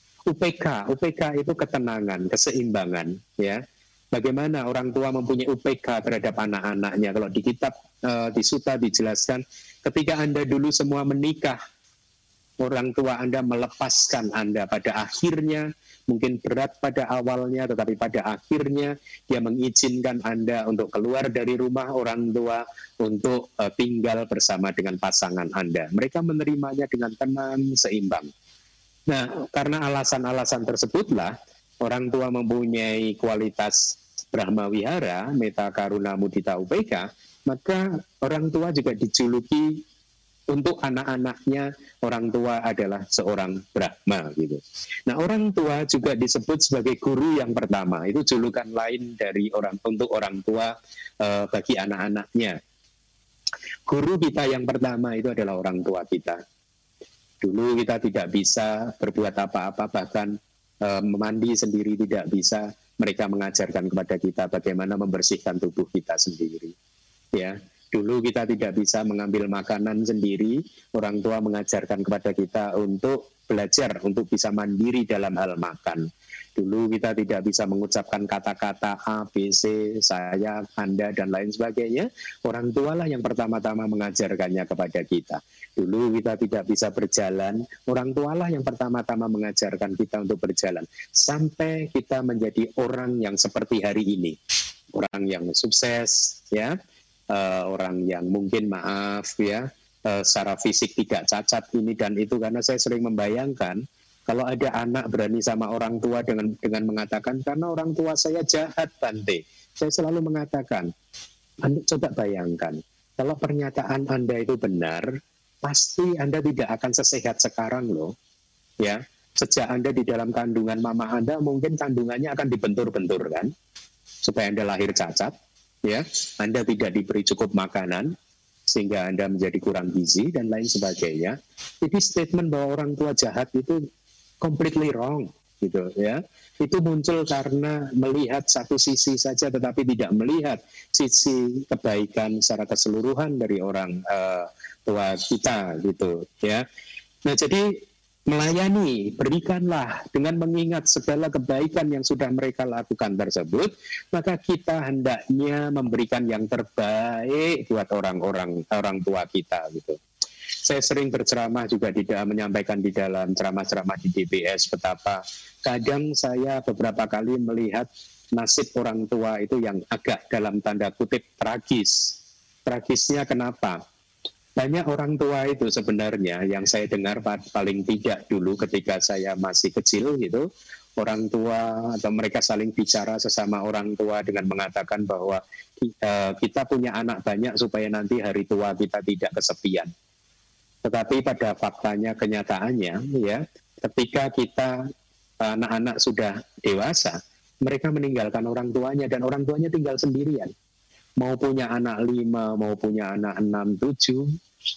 UPK itu ketenangan, keseimbangan. Ya, bagaimana orang tua mempunyai UPK terhadap anak-anaknya? Kalau di kitab di sutta dijelaskan, ketika Anda dulu semua menikah, orang tua Anda melepaskan Anda pada akhirnya. Mungkin berat pada awalnya, tetapi pada akhirnya dia mengizinkan Anda untuk keluar dari rumah orang tua untuk tinggal bersama dengan pasangan Anda. Mereka menerimanya dengan tenang, seimbang. Nah, karena alasan-alasan tersebutlah orang tua mempunyai kualitas Brahma Wihara, metta, karuna, mudita, upeka, maka orang tua juga dijuluki untuk anak-anaknya, orang tua adalah seorang Brahma gitu. Nah, orang tua juga disebut sebagai guru yang pertama. Itu julukan lain dari untuk orang tua bagi anak-anaknya. Guru kita yang pertama itu adalah orang tua kita. Dulu kita tidak bisa berbuat apa-apa, bahkan mandi sendiri tidak bisa. Mereka mengajarkan kepada kita bagaimana membersihkan tubuh kita sendiri. Ya. Dulu kita tidak bisa mengambil makanan sendiri, orang tua mengajarkan kepada kita untuk belajar, untuk bisa mandiri dalam hal makan. Dulu kita tidak bisa mengucapkan kata-kata A, B, C, saya, Anda, dan lain sebagainya. Orang tualah yang pertama-tama mengajarkannya kepada kita. Dulu kita tidak bisa berjalan, orang tualah yang pertama-tama mengajarkan kita untuk berjalan. Sampai kita menjadi orang yang seperti hari ini. Orang yang sukses, ya. Orang yang mungkin secara fisik tidak cacat ini dan itu, karena saya sering membayangkan kalau ada anak berani sama orang tua dengan mengatakan karena orang tua saya jahat Bante, saya selalu mengatakan, Anda coba bayangkan kalau pernyataan Anda itu benar, pasti Anda tidak akan sesehat sekarang loh, ya. Sejak Anda di dalam kandungan mama Anda, mungkin kandungannya akan dibentur-bentur kan supaya Anda lahir cacat. ya, Anda tidak diberi cukup makanan sehingga Anda menjadi kurang gizi dan lain sebagainya. Jadi statement bahwa orang tua jahat itu completely wrong, gitu ya. Itu muncul karena melihat satu sisi saja, tetapi tidak melihat sisi kebaikan secara keseluruhan dari orang tua kita, gitu ya. Nah, jadi melayani, berikanlah dengan mengingat segala kebaikan yang sudah mereka lakukan tersebut, maka kita hendaknya memberikan yang terbaik buat orang tua kita, gitu. Saya sering berceramah juga menyampaikan di dalam ceramah-ceramah di DBS betapa kadang saya beberapa kali melihat nasib orang tua itu yang agak dalam tanda kutip tragis. Tragisnya kenapa? Banyak orang tua itu sebenarnya yang saya dengar paling tidak dulu ketika saya masih kecil gitu, orang tua atau mereka saling bicara sesama orang tua dengan mengatakan bahwa kita punya anak banyak supaya nanti hari tua kita tidak kesepian. Tetapi pada faktanya, kenyataannya ya, ketika kita anak-anak sudah dewasa, mereka meninggalkan orang tuanya dan orang tuanya tinggal sendirian. Mau punya anak 5, mau punya anak 6, 7,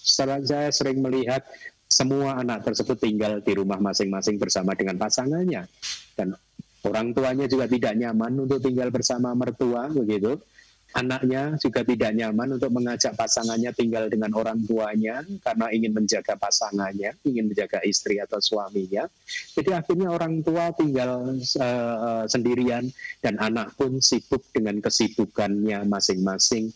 saya sering melihat semua anak tersebut tinggal di rumah masing-masing bersama dengan pasangannya. Dan orang tuanya juga tidak nyaman untuk tinggal bersama mertua, begitu. Anaknya juga tidak nyaman untuk mengajak pasangannya tinggal dengan orang tuanya karena ingin menjaga pasangannya, ingin menjaga istri atau suaminya. Jadi akhirnya orang tua tinggal sendirian dan anak pun sibuk dengan kesibukannya masing-masing,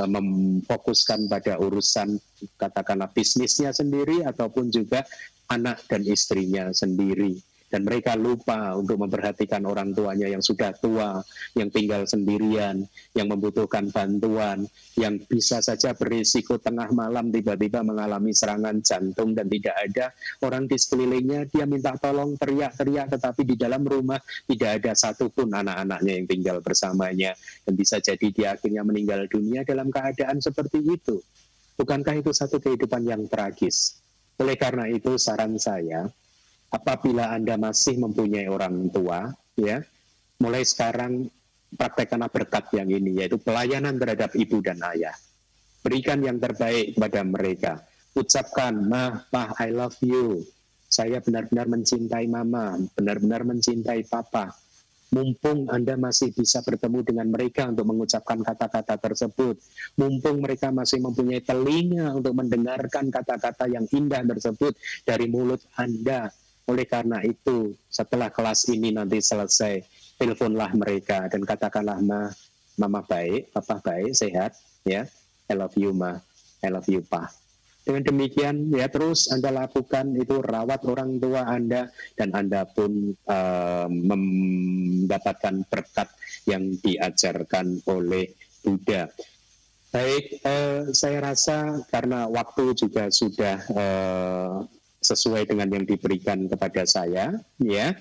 memfokuskan pada urusan katakanlah bisnisnya sendiri ataupun juga anak dan istrinya sendiri. Dan mereka lupa untuk memperhatikan orang tuanya yang sudah tua, yang tinggal sendirian, yang membutuhkan bantuan, yang bisa saja berisiko tengah malam tiba-tiba mengalami serangan jantung dan tidak ada orang di sekelilingnya, dia minta tolong, teriak-teriak, tetapi di dalam rumah tidak ada satupun anak-anaknya yang tinggal bersamanya. Dan bisa jadi dia akhirnya meninggal dunia dalam keadaan seperti itu. Bukankah itu satu kehidupan yang tragis? Oleh karena itu saran saya, apabila Anda masih mempunyai orang tua, ya, mulai sekarang praktekkanlah berkat yang ini, yaitu pelayanan terhadap ibu dan ayah. Berikan yang terbaik kepada mereka. Ucapkan, "Ma, Pa, I love you. Saya benar-benar mencintai Mama, benar-benar mencintai Papa." Mumpung Anda masih bisa bertemu dengan mereka untuk mengucapkan kata-kata tersebut, mumpung mereka masih mempunyai telinga untuk mendengarkan kata-kata yang indah tersebut dari mulut Anda. Oleh karena itu, setelah kelas ini nanti selesai, teleponlah mereka dan katakanlah, "Ma, Mama baik, Papa baik, sehat, ya. I love you, Ma. I love you, Pa." Dengan demikian, ya terus Anda lakukan itu, rawat orang tua Anda, dan Anda pun mendapatkan berkat yang diajarkan oleh Buddha. Baik, saya rasa karena waktu juga sudah sesuai dengan yang diberikan kepada saya, ya.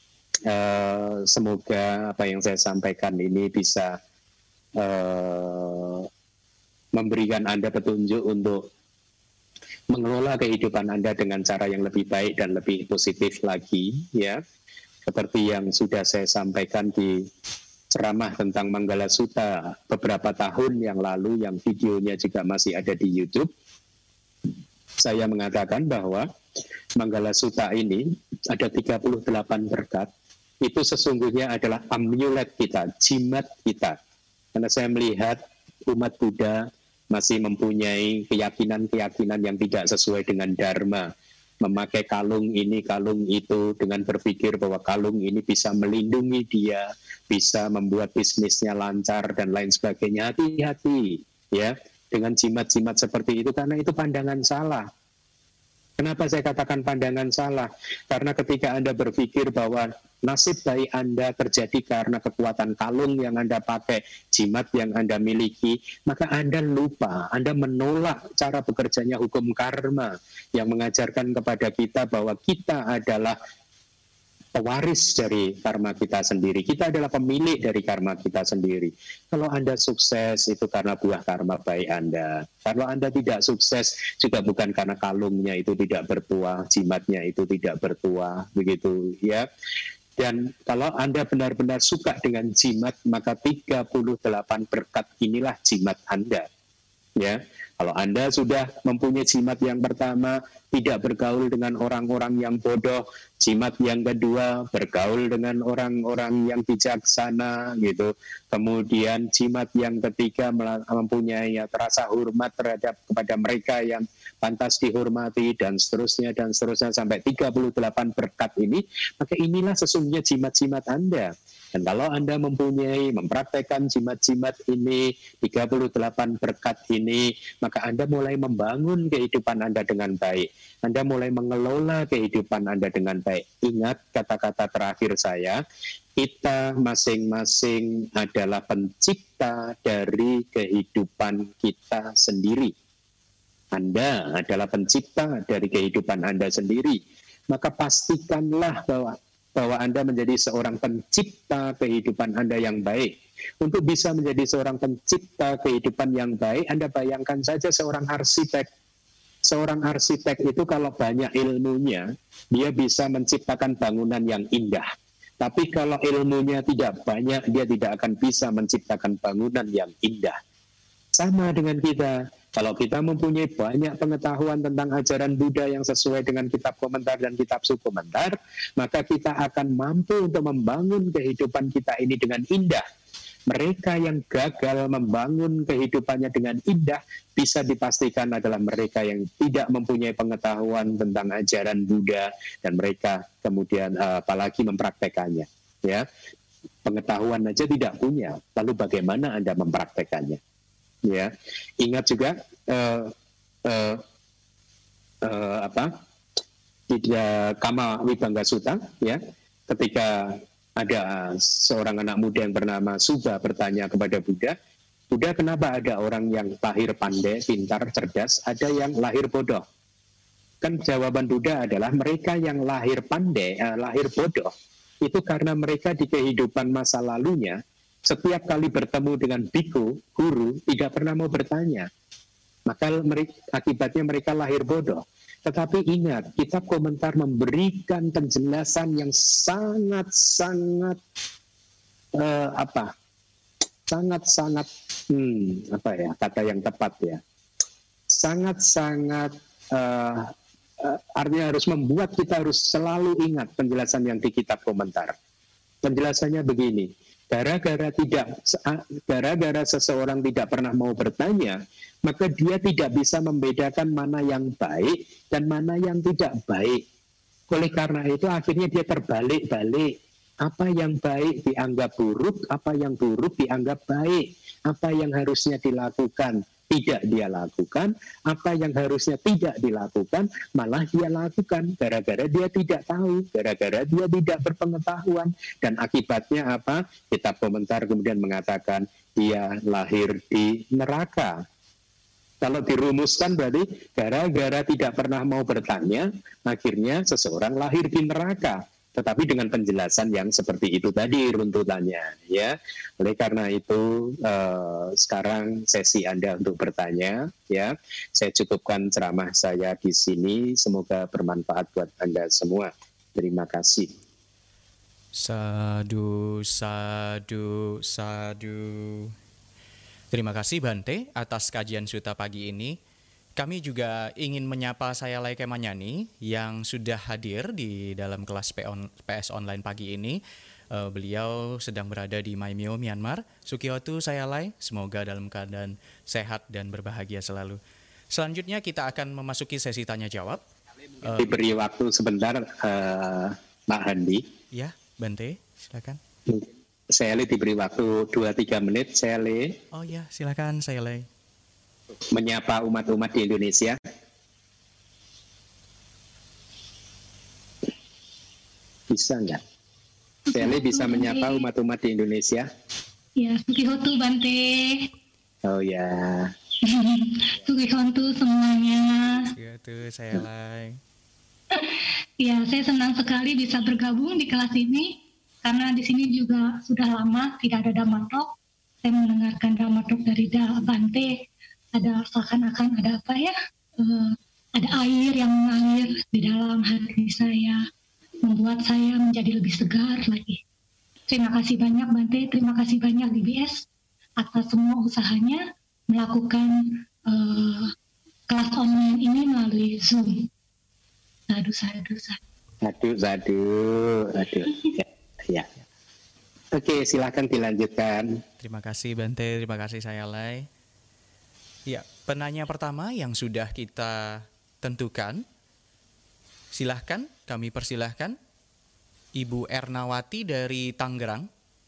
Semoga apa yang saya sampaikan ini bisa memberikan Anda petunjuk untuk mengelola kehidupan Anda dengan cara yang lebih baik dan lebih positif lagi, ya. Seperti yang sudah saya sampaikan di ceramah tentang Manggala Sutta beberapa tahun yang lalu, yang videonya juga masih ada di YouTube. Saya mengatakan bahwa Manggala Sutta ini ada 38 berkat. Itu sesungguhnya adalah amulet kita, jimat kita. Karena saya melihat umat Buddha masih mempunyai keyakinan-keyakinan yang tidak sesuai dengan dharma. Memakai kalung ini, kalung itu, dengan berpikir bahwa kalung ini bisa melindungi dia, bisa membuat bisnisnya lancar, dan lain sebagainya. Hati-hati, ya, dengan jimat-jimat seperti itu, karena itu pandangan salah. Kenapa saya katakan pandangan salah? Karena ketika Anda berpikir bahwa nasib baik Anda terjadi karena kekuatan kalung yang Anda pakai, jimat yang Anda miliki, maka Anda lupa, Anda menolak cara bekerjanya hukum karma yang mengajarkan kepada kita bahwa kita adalah pewaris dari karma kita sendiri. Kita adalah pemilik dari karma kita sendiri. Kalau Anda sukses, itu karena buah karma baik Anda. Kalau Anda tidak sukses, juga bukan karena kalungnya itu tidak bertuah, jimatnya itu tidak bertuah, begitu ya. Dan kalau Anda benar-benar suka dengan jimat, maka 38 berkat inilah jimat Anda. Ya, kalau Anda sudah mempunyai jimat yang pertama, tidak bergaul dengan orang-orang yang bodoh, jimat yang kedua bergaul dengan orang-orang yang bijaksana gitu. Kemudian jimat yang ketiga mempunyai rasa hormat terhadap kepada mereka yang pantas dihormati, dan seterusnya sampai 38 berkat ini. Maka inilah sesungguhnya jimat-jimat Anda. Dan kalau Anda mempraktekkan jimat-jimat ini, 38 berkat ini, maka Anda mulai membangun kehidupan Anda dengan baik. Anda mulai mengelola kehidupan Anda dengan baik. Ingat kata-kata terakhir saya, kita masing-masing adalah pencipta dari kehidupan kita sendiri. Anda adalah pencipta dari kehidupan Anda sendiri. Maka pastikanlah bahwa Anda menjadi seorang pencipta kehidupan Anda yang baik. Untuk bisa menjadi seorang pencipta kehidupan yang baik, Anda bayangkan saja seorang arsitek. Seorang arsitek itu kalau banyak ilmunya, dia bisa menciptakan bangunan yang indah. Tapi kalau ilmunya tidak banyak, dia tidak akan bisa menciptakan bangunan yang indah. Sama dengan kita. Kalau kita mempunyai banyak pengetahuan tentang ajaran Buddha yang sesuai dengan kitab komentar dan kitab subkomentar, maka kita akan mampu untuk membangun kehidupan kita ini dengan indah. Mereka yang gagal membangun kehidupannya dengan indah bisa dipastikan adalah mereka yang tidak mempunyai pengetahuan tentang ajaran Buddha, dan mereka kemudian apalagi mempraktekannya. Ya, pengetahuan aja tidak punya, lalu bagaimana Anda mempraktekannya? Ya, ingat juga Kama Wibangga Sutta, ya, ketika ada seorang anak muda yang bernama Subha bertanya kepada Buddha, Buddha, kenapa ada orang yang lahir pandai, pintar, cerdas, ada yang lahir bodoh? Kan jawaban Buddha adalah mereka yang lahir pandai, lahir bodoh, itu karena mereka di kehidupan masa lalunya setiap kali bertemu dengan biku, guru, tidak pernah mau bertanya. Maka akibatnya mereka lahir bodoh. Tetapi ingat, kitab komentar memberikan penjelasan yang sangat-sangat sangat-sangat kata yang tepat ya. Sangat-sangat artinya harus membuat kita harus selalu ingat penjelasan yang di kitab komentar. Penjelasannya begini. Gara-gara seseorang tidak pernah mau bertanya, maka dia tidak bisa membedakan mana yang baik dan mana yang tidak baik. Oleh karena itu akhirnya dia terbalik-balik. Apa yang baik dianggap buruk, apa yang buruk dianggap baik. Apa yang harusnya dilakukan tidak dia lakukan, apa yang harusnya tidak dilakukan malah dia lakukan, gara-gara dia tidak tahu, gara-gara dia tidak berpengetahuan. Dan akibatnya apa? Kitab komentar kemudian mengatakan dia lahir di neraka. Kalau dirumuskan berarti gara-gara tidak pernah mau bertanya, akhirnya seseorang lahir di neraka. Tetapi dengan penjelasan yang seperti itu tadi runtutannya, ya. Oleh karena itu sekarang sesi Anda untuk bertanya, ya. Saya cukupkan ceramah saya di sini. Semoga bermanfaat buat Anda semua. Terima kasih.
Sadu, sadu, sadu. Terima kasih Bante atas kajian sutta pagi ini. Kami juga ingin menyapa saya Lai Kemanyani yang sudah hadir di dalam kelas PS Online pagi ini. Beliau sedang berada di Maimyo, Myanmar. Sukiyotu saya Lai, semoga dalam keadaan sehat dan berbahagia selalu. Selanjutnya kita akan memasuki sesi tanya jawab.
Diberi waktu sebentar, Pak Handi.
Ya, Bante, silakan.
Saya diberi waktu 2-3 menit, saya
Oh ya, silakan saya Lai.
Menyapa umat-umat di Indonesia. Bisa nggak? Saya bisa menyapa umat-umat di Indonesia.
Ya, Sukihotu Bante.
Oh ya.
Sukihotu semuanya.
Sukihotu saya Lai.
Ya, saya senang sekali bisa bergabung di kelas ini karena di sini juga sudah lama tidak ada Dhammatalk. Saya mendengarkan Dhammatalk dari Bante. Ada seakan-akan ada apa ya? Ada air yang mengalir di dalam hati saya. membuat saya menjadi lebih segar lagi. Terima kasih banyak Bante, terima kasih banyak DBS atas semua usahanya melakukan kelas online ini melalui Zoom. Sadu.
Ya. Oke, silakan dilanjutkan.
Terima kasih Bante, terima kasih Sayalai. Ya, penanya pertama yang sudah kita tentukan, silahkan, kami persilahkan. Ibu Ernawati dari Tangerang.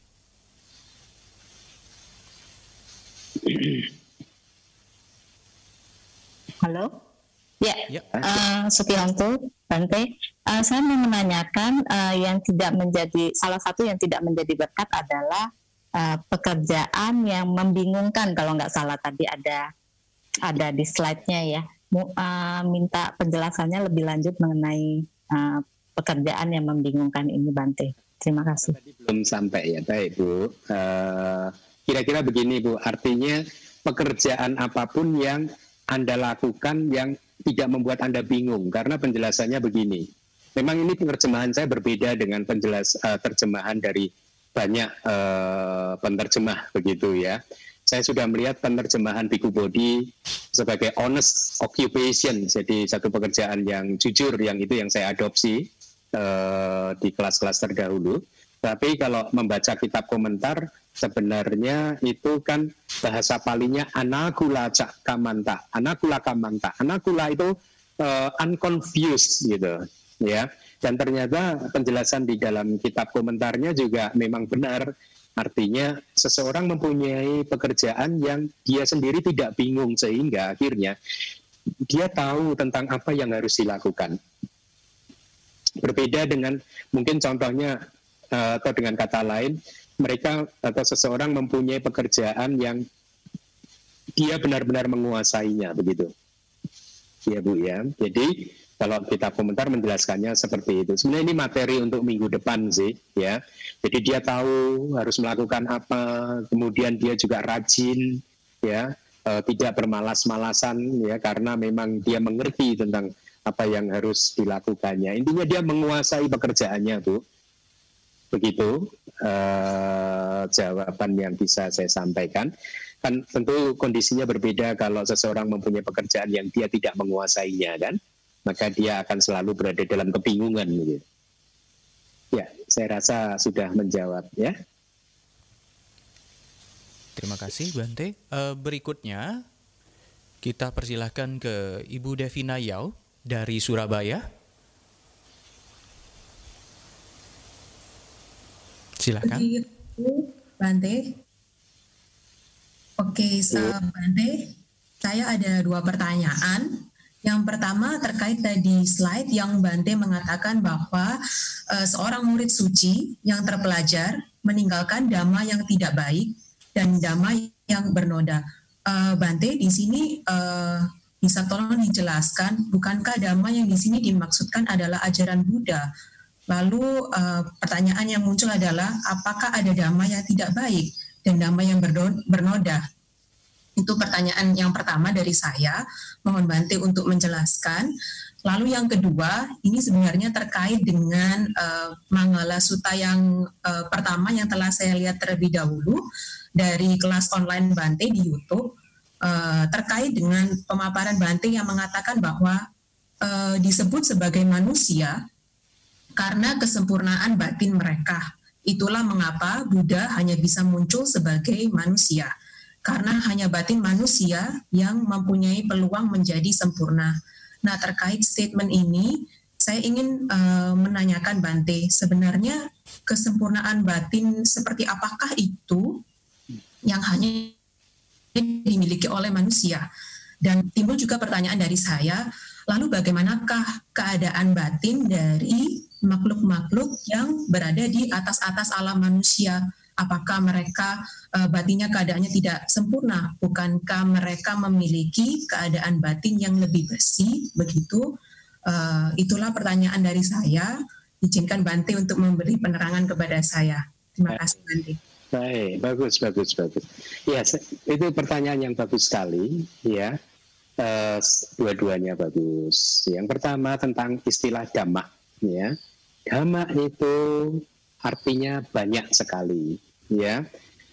Halo? Ya. Sukianto, Bante. Saya mau menanyakan salah satu yang tidak menjadi berkat adalah pekerjaan yang membingungkan, kalau nggak salah tadi ada di slide-nya ya. Minta penjelasannya lebih lanjut mengenai pekerjaan yang membingungkan ini, Bante. Terima kasih.
Tadi belum sampai ya, baik Bu. Kira-kira begini Bu, artinya pekerjaan apapun yang Anda lakukan yang tidak membuat Anda bingung, karena penjelasannya begini. Memang ini penerjemahan saya berbeda dengan terjemahan dari banyak penerjemah begitu ya. Saya sudah melihat penerjemahan Biku Bodhi sebagai honest occupation, jadi satu pekerjaan yang jujur, yang itu yang saya adopsi di kelas-kelas terdahulu. Tapi kalau membaca kitab komentar, sebenarnya itu kan bahasa palinya anakula kamanta. Anakula itu unconfused gitu ya. Dan ternyata penjelasan di dalam kitab komentarnya juga memang benar. Artinya seseorang mempunyai pekerjaan yang dia sendiri tidak bingung, sehingga akhirnya dia tahu tentang apa yang harus dilakukan. Berbeda dengan mungkin contohnya atau dengan kata lain, mereka atau seseorang mempunyai pekerjaan yang dia benar-benar menguasainya, begitu. Ya Bu ya. Jadi kalau kita komentar menjelaskannya seperti itu. Sebenarnya ini materi untuk minggu depan sih ya. Jadi dia tahu harus melakukan apa, kemudian dia juga rajin ya, tidak bermalas-malasan ya, karena memang dia mengerti tentang apa yang harus dilakukannya. Intinya dia menguasai pekerjaannya Bu. Begitu jawaban yang bisa saya sampaikan. Kan tentu kondisinya berbeda kalau seseorang mempunyai pekerjaan yang dia tidak menguasainya kan, maka dia akan selalu berada dalam kebingungan gitu. Ya, saya rasa sudah menjawab ya.
Terima kasih Bante. Berikutnya kita persilahkan ke Ibu Devina Yau dari Surabaya. Silakan.
Bante. Oke, Bante, saya ada 2 pertanyaan. Yang pertama terkait tadi slide yang Bante mengatakan bahwa seorang murid suci yang terpelajar meninggalkan dhamma yang tidak baik dan dhamma yang bernoda. Bante, di sini bisa tolong dijelaskan, bukankah dhamma yang di sini dimaksudkan adalah ajaran Buddha? Lalu pertanyaan yang muncul adalah apakah ada dhamma yang tidak baik dan dhamma yang bernoda? Itu pertanyaan yang pertama dari saya. Mohon Bante untuk menjelaskan. Lalu yang kedua, ini sebenarnya terkait dengan Mangala Sutta yang pertama yang telah saya lihat terlebih dahulu dari kelas online Bante di YouTube, terkait dengan pemaparan Bante yang mengatakan bahwa disebut sebagai manusia karena kesempurnaan batin mereka. Itulah mengapa Buddha hanya bisa muncul sebagai manusia, karena hanya batin manusia yang mempunyai peluang menjadi sempurna. Nah, terkait statement ini, saya ingin menanyakan Bante, sebenarnya kesempurnaan batin seperti apakah itu yang hanya dimiliki oleh manusia? Dan timbul juga pertanyaan dari saya, lalu bagaimanakah keadaan batin dari makhluk-makhluk yang berada di atas-atas alam manusia? Apakah mereka batinnya keadaannya tidak sempurna? Bukankah mereka memiliki keadaan batin yang lebih bersih? Begitu. Itulah pertanyaan dari saya. Izinkan Bante untuk memberi penerangan kepada saya. Terima kasih Bante.
Baik, bagus. Ya, itu pertanyaan yang bagus sekali. Ya, dua-duanya bagus. Yang pertama tentang istilah dhamma. Ya, Dhamma itu artinya banyak sekali, ya.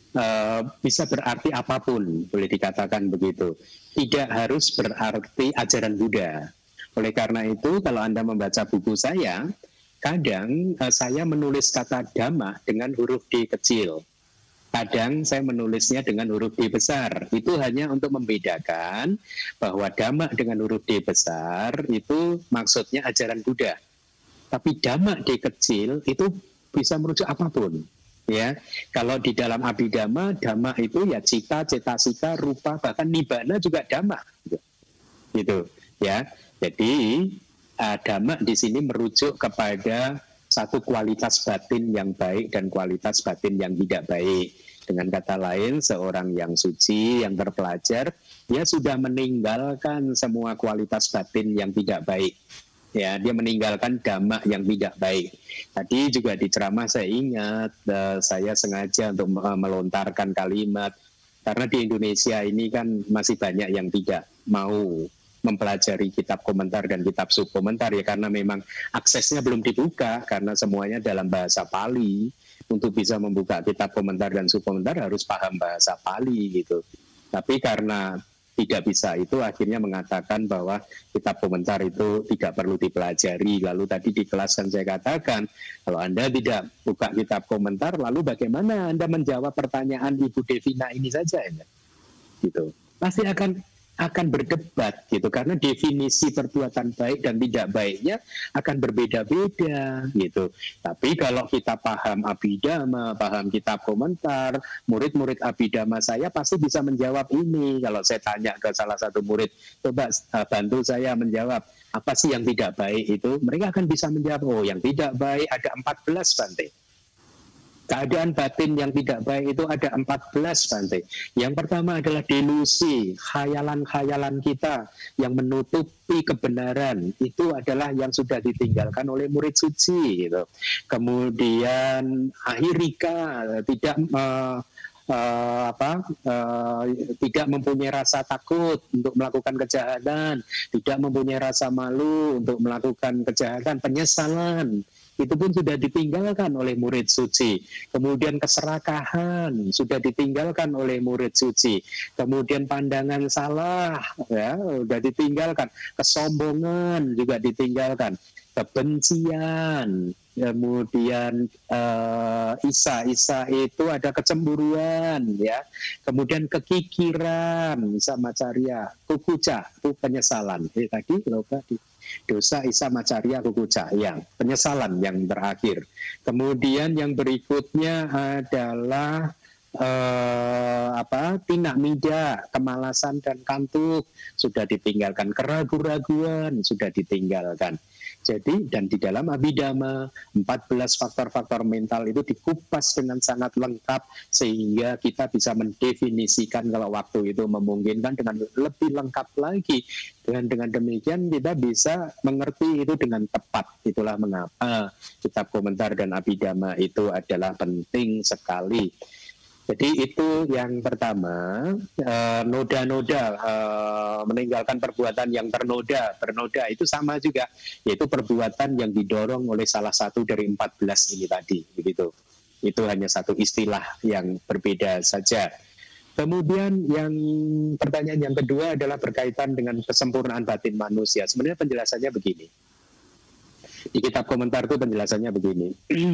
Bisa berarti apapun, boleh dikatakan begitu. Tidak harus berarti ajaran Buddha. Oleh karena itu, kalau Anda membaca buku saya, kadang saya menulis kata Dhamma dengan huruf D kecil. Kadang saya menulisnya dengan huruf D besar. Itu hanya untuk membedakan bahwa Dhamma dengan huruf D besar itu maksudnya ajaran Buddha. Tapi Dhamma D kecil itu bisa merujuk apapun. Ya, kalau di dalam Abhidhamma, Dhamma itu ya cita, cetasika, rupa, bahkan nibbana juga Dhamma, gitu. Ya, jadi Dhamma di sini merujuk kepada satu kualitas batin yang baik dan kualitas batin yang tidak baik. Dengan kata lain, seorang yang suci, yang terpelajar, dia sudah meninggalkan semua kualitas batin yang tidak baik. Ya, dia meninggalkan dhamma yang tidak baik. Tadi juga di ceramah saya ingat, saya sengaja untuk melontarkan kalimat, karena di Indonesia ini kan masih banyak yang tidak mau mempelajari kitab komentar dan kitab subkomentar, ya karena memang aksesnya belum dibuka, karena semuanya dalam bahasa Pali. Untuk bisa membuka kitab komentar dan subkomentar harus paham bahasa Pali gitu. Tapi karena tidak bisa itu, akhirnya mengatakan bahwa kitab komentar itu tidak perlu dipelajari. Lalu tadi di kelas kan saya katakan, kalau Anda tidak buka kitab komentar, lalu bagaimana Anda menjawab pertanyaan Ibu Devina ini saja, ya? Gitu. Pasti akan berdebat gitu, karena definisi perbuatan baik dan tidak baiknya akan berbeda-beda gitu. Tapi kalau kita paham Abhidhamma, paham kitab komentar, murid-murid Abhidhamma saya pasti bisa menjawab ini. Kalau saya tanya ke salah satu murid, coba bantu saya menjawab apa sih yang tidak baik itu, mereka akan bisa menjawab, oh yang tidak baik ada 14 Bante. Keadaan batin yang tidak baik itu ada 14 Bante. Yang pertama adalah delusi, khayalan-khayalan kita yang menutupi kebenaran. Itu adalah yang sudah ditinggalkan oleh murid suci. Gitu. Kemudian ahirika, tidak mempunyai rasa takut untuk melakukan kejahatan, tidak mempunyai rasa malu untuk melakukan kejahatan, penyesalan. Itu pun sudah ditinggalkan oleh murid suci. Kemudian keserakahan sudah ditinggalkan oleh murid suci. Kemudian pandangan salah ya sudah ditinggalkan. Kesombongan juga ditinggalkan. Kebencian. Kemudian isa itu ada kecemburuan ya. Kemudian kekikiran, samacarya, kukuca itu penyesalan. Tadi dosa isa macarya kukuca yang penyesalan yang terakhir. Kemudian yang berikutnya adalah tinak mida, kemalasan dan kantuk sudah ditinggalkan, keraguan-raguan sudah ditinggalkan. Jadi dan di dalam Abhidhamma 14 faktor-faktor mental itu dikupas dengan sangat lengkap sehingga kita bisa mendefinisikan kalau waktu itu memungkinkan dengan lebih lengkap lagi. Dengan demikian kita bisa mengerti itu dengan tepat. Itulah mengapa kitab komentar dan Abhidhamma itu adalah penting sekali. Jadi itu yang pertama, noda-noda, meninggalkan perbuatan yang bernoda itu sama juga, yaitu perbuatan yang didorong oleh salah satu dari 14 ini tadi, begitu. Itu hanya satu istilah yang berbeda saja. Kemudian yang pertanyaan yang kedua adalah berkaitan dengan kesempurnaan batin manusia. Sebenarnya penjelasannya begini. Di kitab komentar itu penjelasannya begini.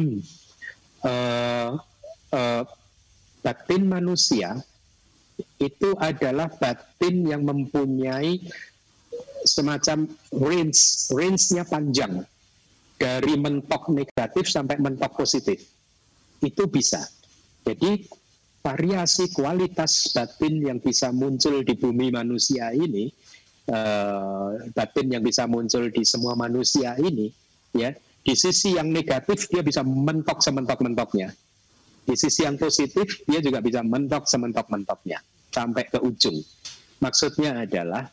Batin manusia itu adalah batin yang mempunyai semacam range-nya panjang dari mentok negatif sampai mentok positif. Itu bisa. Jadi variasi kualitas batin yang bisa muncul di bumi manusia ini, batin yang bisa muncul di semua manusia ini, ya di sisi yang negatif dia bisa mentok sementok-mentoknya. Di sisi yang positif, dia juga bisa mentok sementok-mentoknya, sampai ke ujung. Maksudnya adalah,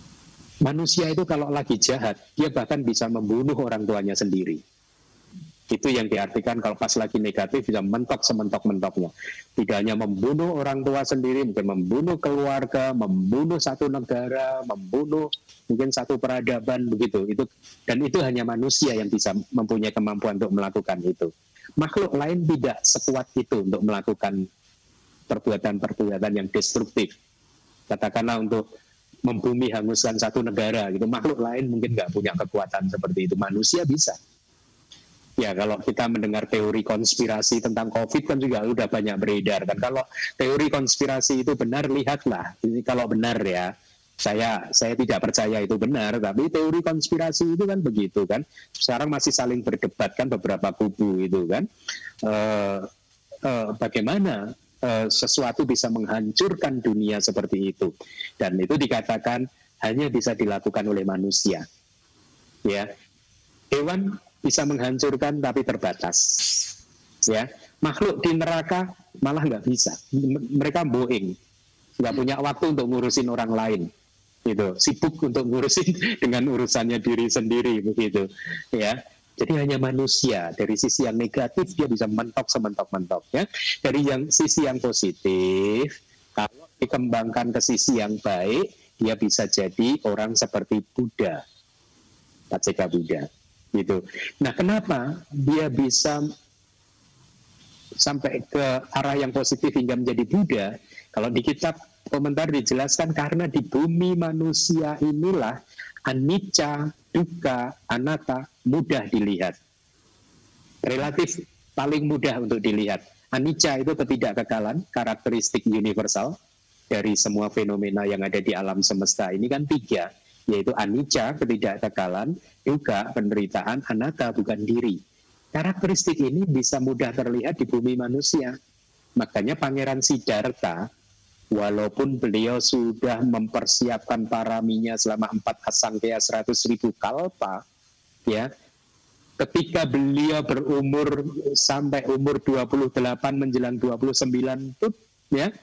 manusia itu kalau lagi jahat, dia bahkan bisa membunuh orang tuanya sendiri. Itu yang diartikan kalau pas lagi negatif bisa mentok sementok-mentoknya. Tidak hanya membunuh orang tua sendiri, mungkin membunuh keluarga, membunuh satu negara, membunuh mungkin satu peradaban begitu. Dan itu hanya manusia yang bisa mempunyai kemampuan untuk melakukan itu. Makhluk lain tidak sekuat itu untuk melakukan perbuatan-perbuatan yang destruktif. Katakanlah untuk membumi hanguskan satu negara gitu. Makhluk lain mungkin nggak punya kekuatan seperti itu. Manusia bisa. Ya, kalau kita mendengar teori konspirasi tentang COVID kan juga udah banyak beredar kan. Kalau teori konspirasi itu benar, lihatlah. Ini kalau benar ya, saya tidak percaya itu benar, tapi teori konspirasi itu kan begitu kan. Sekarang masih saling berdebat kan beberapa kubu itu kan. Bagaimana sesuatu bisa menghancurkan dunia seperti itu, dan itu dikatakan hanya bisa dilakukan oleh manusia. Ya, hewan bisa menghancurkan tapi terbatas. Ya, makhluk di neraka malah nggak bisa. Mereka bohong, nggak punya waktu untuk ngurusin orang lain. Gitu, sibuk untuk ngurusin dengan urusannya diri sendiri begitu. Ya, jadi hanya manusia. Dari sisi yang negatif dia bisa mentok sementok-mentoknya. Dari sisi yang positif, kalau dikembangkan ke sisi yang baik, dia bisa jadi orang seperti Buddha, Paceka Buddha. Gitu. Nah, kenapa dia bisa sampai ke arah yang positif hingga menjadi Buddha? Kalau di kitab komentar dijelaskan karena di bumi manusia inilah anicca, dukkha, anatta mudah dilihat. Relatif paling mudah untuk dilihat. Anicca itu ketidakkekalan, karakteristik universal dari semua fenomena yang ada di alam semesta ini kan 3, yaitu anicca, ketidakkekalan, dukkha, penderitaan, anatta, bukan diri. Karakteristik ini bisa mudah terlihat di bumi manusia. Makanya Pangeran Siddhartha, walaupun beliau sudah mempersiapkan paraminya selama 4 asangkaya 100.000 kalpa, ya, ketika beliau berumur sampai umur 28 menjelang 29 itu, ya,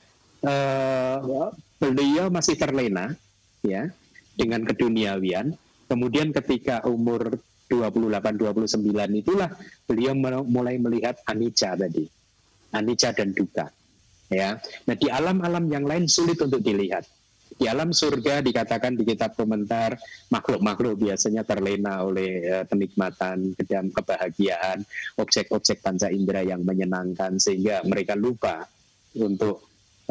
beliau masih terlena, ya, dengan keduniawian. Kemudian ketika umur 28-29 itulah beliau mulai melihat anicca tadi, anicca dan dukkha. Ya, nah di alam-alam yang lain sulit untuk dilihat. Di alam surga dikatakan di kitab komentar makhluk-makhluk biasanya terlena oleh kenikmatan, kebahagiaan, objek-objek panca indera yang menyenangkan sehingga mereka lupa untuk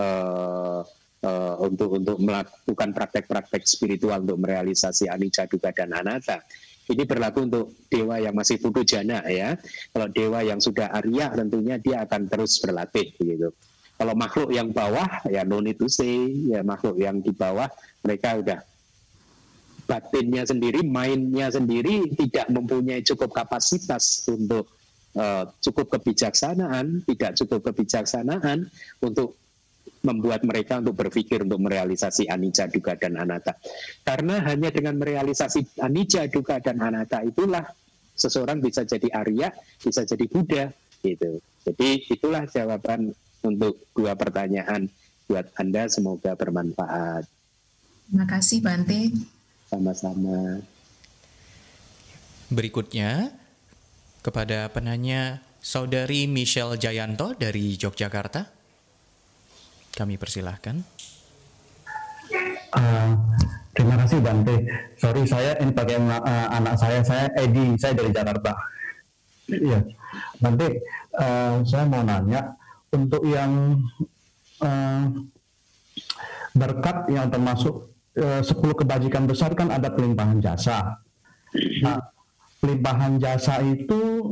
melakukan praktek-praktek spiritual untuk merealisasi anicca, dukkha dan anatta. Ini berlaku untuk dewa yang masih putu jana ya. Kalau dewa yang sudah Arya tentunya dia akan terus berlatih begitu. Kalau makhluk yang bawah ya no need to say, ya makhluk yang di bawah mereka udah batinnya sendiri, mindnya sendiri tidak mempunyai cukup kapasitas untuk cukup kebijaksanaan, tidak cukup kebijaksanaan untuk membuat mereka untuk berpikir untuk merealisasi anicca, dukkha dan anatta. Karena hanya dengan merealisasi anicca, dukkha dan anatta itulah seseorang bisa jadi Arya, bisa jadi Buddha gitu. Jadi itulah jawaban untuk 2 pertanyaan buat Anda, semoga bermanfaat.
Terima kasih Bante.
Sama-sama.
Berikutnya kepada penanya Saudari Michelle Jayanto dari Yogyakarta. Kami persilahkan.
Terima kasih Bante. Sorry saya ini pakai anak saya Edi, saya dari Jakarta. Iya, Bante, saya mau nanya untuk yang berkat yang termasuk 10 kebajikan besar kan ada pelimpahan jasa. Nah, pelimpahan jasa itu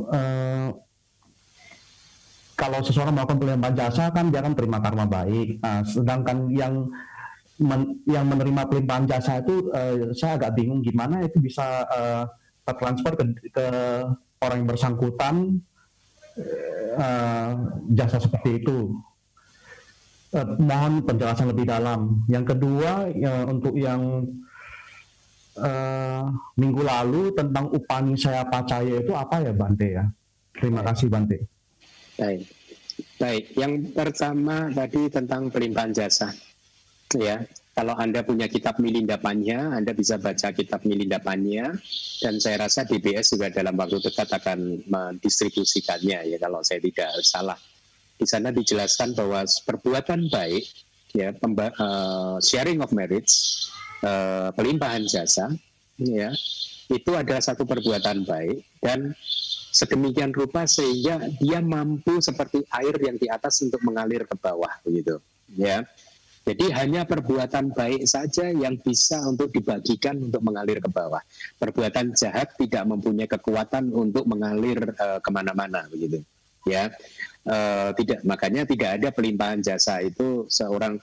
kalau seseorang melakukan pelimpahan jasa kan dia akan terima karma baik. Nah, sedangkan yang menerima pelimpahan jasa itu saya agak bingung gimana itu bisa tertransfer ke orang yang bersangkutan jasa seperti itu. Mohon penjelasan lebih dalam. Yang kedua untuk yang minggu lalu tentang Upanishaya Pacaya itu apa ya Bante ya? Terima kasih Bante.
Baik. Yang pertama tadi tentang pelimpahan jasa. Ya, Kalau Anda punya kitab Milinda Panya, Anda bisa baca kitab Milinda Panya, dan saya rasa DBS juga dalam waktu dekat akan mendistribusikannya, ya kalau saya tidak salah. Di sana dijelaskan bahwa perbuatan baik, ya, sharing of merits, pelimpahan jasa, ya, itu adalah satu perbuatan baik, dan sedemikian rupa sehingga dia mampu seperti air yang di atas untuk mengalir ke bawah, begitu, ya. Jadi hanya perbuatan baik saja yang bisa untuk dibagikan untuk mengalir ke bawah. Perbuatan jahat tidak mempunyai kekuatan untuk mengalir kemana-mana, begitu. Ya, tidak. Makanya tidak ada pelimpahan jasa itu seseorang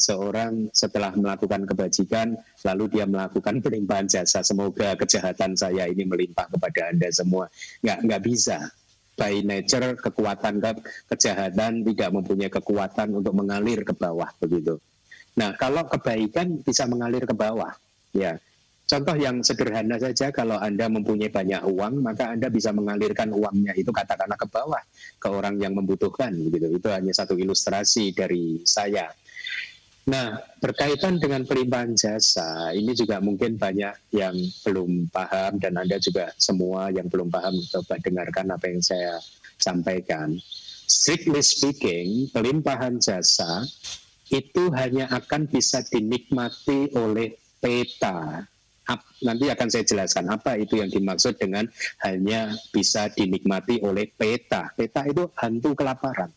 setelah melakukan kebajikan lalu dia melakukan pelimpahan jasa. Semoga kejahatan saya ini melimpah kepada Anda semua. Nggak bisa. By nature kekuatan kejahatan tidak mempunyai kekuatan untuk mengalir ke bawah, begitu. Nah, kalau kebaikan bisa mengalir ke bawah, ya. Contoh yang sederhana saja, kalau Anda mempunyai banyak uang, maka Anda bisa mengalirkan uangnya itu katakanlah ke bawah ke orang yang membutuhkan, begitu. Itu hanya satu ilustrasi dari saya. Nah, berkaitan dengan pelimpahan jasa, ini juga mungkin banyak yang belum paham, dan Anda juga semua yang belum paham, coba dengarkan apa yang saya sampaikan. Strictly speaking, pelimpahan jasa itu hanya akan bisa dinikmati oleh peta. Nanti akan saya jelaskan apa itu yang dimaksud dengan hanya bisa dinikmati oleh peta. Peta itu hantu kelaparan.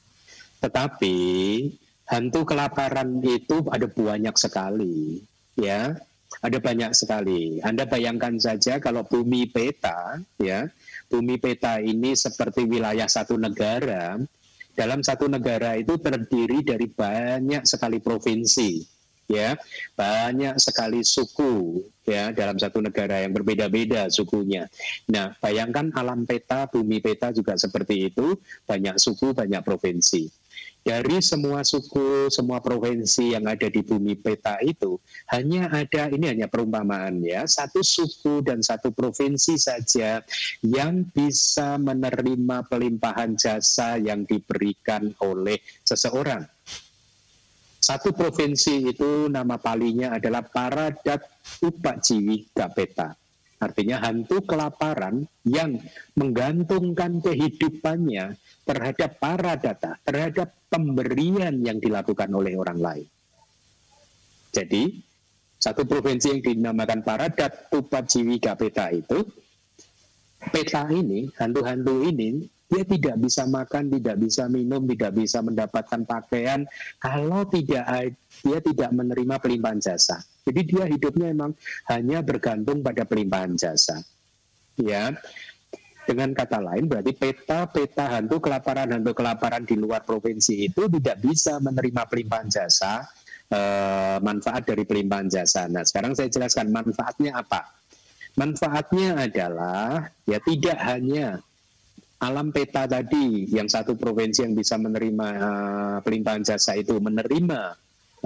Tetapi hantu kelaparan itu ada banyak sekali, ya, ada banyak sekali. Anda bayangkan saja kalau bumi peta, ya, bumi peta ini seperti wilayah satu negara. Dalam satu negara itu terdiri dari banyak sekali provinsi, ya, banyak sekali suku, ya, dalam satu negara yang berbeda-beda sukunya. Nah, bayangkan alam peta, bumi peta juga seperti itu, banyak suku, banyak provinsi. Dari semua suku, semua provinsi yang ada di bumi peta itu, hanya ada, ini hanya perumpamaan ya, satu suku dan satu provinsi saja yang bisa menerima pelimpahan jasa yang diberikan oleh seseorang. Satu provinsi itu nama palinya adalah Paradat Upajiwika Peta. Artinya hantu kelaparan yang menggantungkan kehidupannya terhadap paradata, terhadap pemberian yang dilakukan oleh orang lain. Jadi, satu provinsi yang dinamakan Paradat Upajiwika Peta itu, peta ini, hantu-hantu ini, dia tidak bisa makan, tidak bisa minum, tidak bisa mendapatkan pakaian kalau dia tidak menerima pelimpahan jasa. Jadi dia hidupnya memang hanya bergantung pada pelimpahan jasa. Ya, dengan kata lain berarti peta hantu kelaparan di luar provinsi itu tidak bisa menerima pelimpahan jasa, manfaat dari pelimpahan jasa. Nah, sekarang saya jelaskan manfaatnya apa. Manfaatnya adalah ya tidak hanya alam peta tadi yang satu provinsi yang bisa menerima pelimpahan jasa itu menerima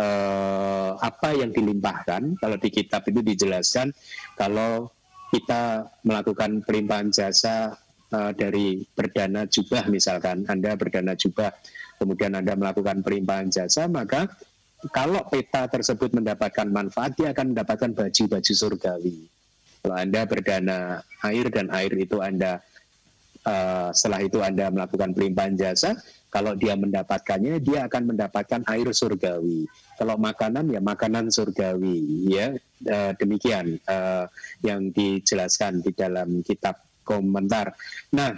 apa yang dilimpahkan. Kalau di kitab itu dijelaskan kalau kita melakukan pelimpahan jasa dari berdana jubah, misalkan Anda berdana jubah, kemudian Anda melakukan pelimpahan jasa, maka kalau peta tersebut mendapatkan manfaat, dia akan mendapatkan baju-baju surgawi. Kalau Anda berdana air dan air itu Anda setelah itu Anda melakukan pelimpahan jasa, kalau dia mendapatkannya, dia akan mendapatkan air surgawi. Kalau makanan, ya makanan surgawi. Ya, demikian yang dijelaskan di dalam kitab komentar. Nah,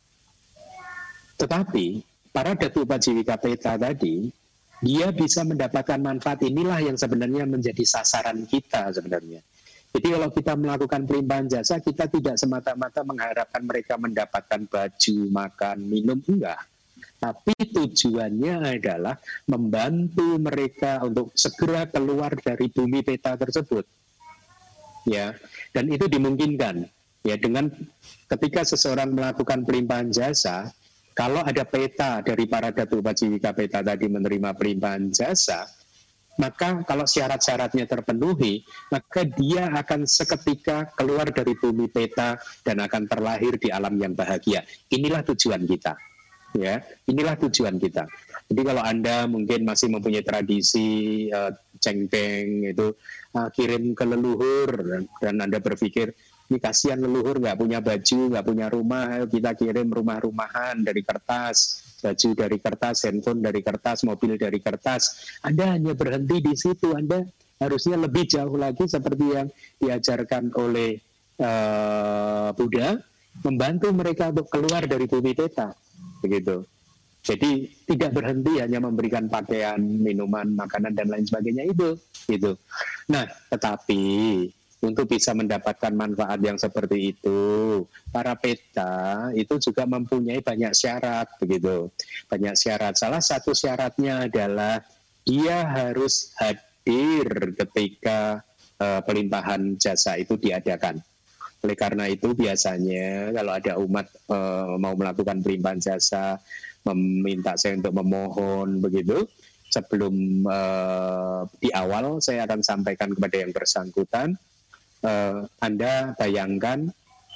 tetapi Paradat Upajiwika Peta tadi, dia bisa mendapatkan manfaat. Inilah yang sebenarnya menjadi sasaran kita sebenarnya. Jadi kalau kita melakukan pelimpahan jasa, kita tidak semata-mata mengharapkan mereka mendapatkan baju, makan, minum, enggak. Tapi tujuannya adalah membantu mereka untuk segera keluar dari bumi peta tersebut. Ya, dan itu dimungkinkan. Ya, dengan ketika seseorang melakukan pelimpahan jasa, kalau ada peta dari Paradat Upajiwika Peta tadi menerima pelimpahan jasa, maka kalau syarat-syaratnya terpenuhi, maka dia akan seketika keluar dari bumi peta dan akan terlahir di alam yang bahagia. Inilah tujuan kita. Ya, inilah tujuan kita. Jadi kalau Anda mungkin masih mempunyai tradisi cengkeng itu kirim ke leluhur, dan Anda berpikir ini kasihan leluhur nggak punya baju, nggak punya rumah, ayo kita kirim rumah-rumahan dari kertas, baju dari kertas, handphone dari kertas, mobil dari kertas. Anda hanya berhenti di situ. Anda harusnya lebih jauh lagi seperti yang diajarkan oleh Buddha, membantu mereka untuk keluar dari bumi Teta, begitu. Jadi tidak berhenti hanya memberikan pakaian, minuman, makanan dan lain sebagainya itu, gitu. Nah, tetapi untuk bisa mendapatkan manfaat yang seperti itu, para peta itu juga mempunyai banyak syarat, begitu. Banyak syarat. Salah satu syaratnya adalah dia harus hadir ketika pelimpahan jasa itu diadakan. Oleh karena itu biasanya kalau ada umat mau melakukan pelimpahan jasa, meminta saya untuk memohon begitu, sebelum di awal saya akan sampaikan kepada yang bersangkutan, Anda bayangkan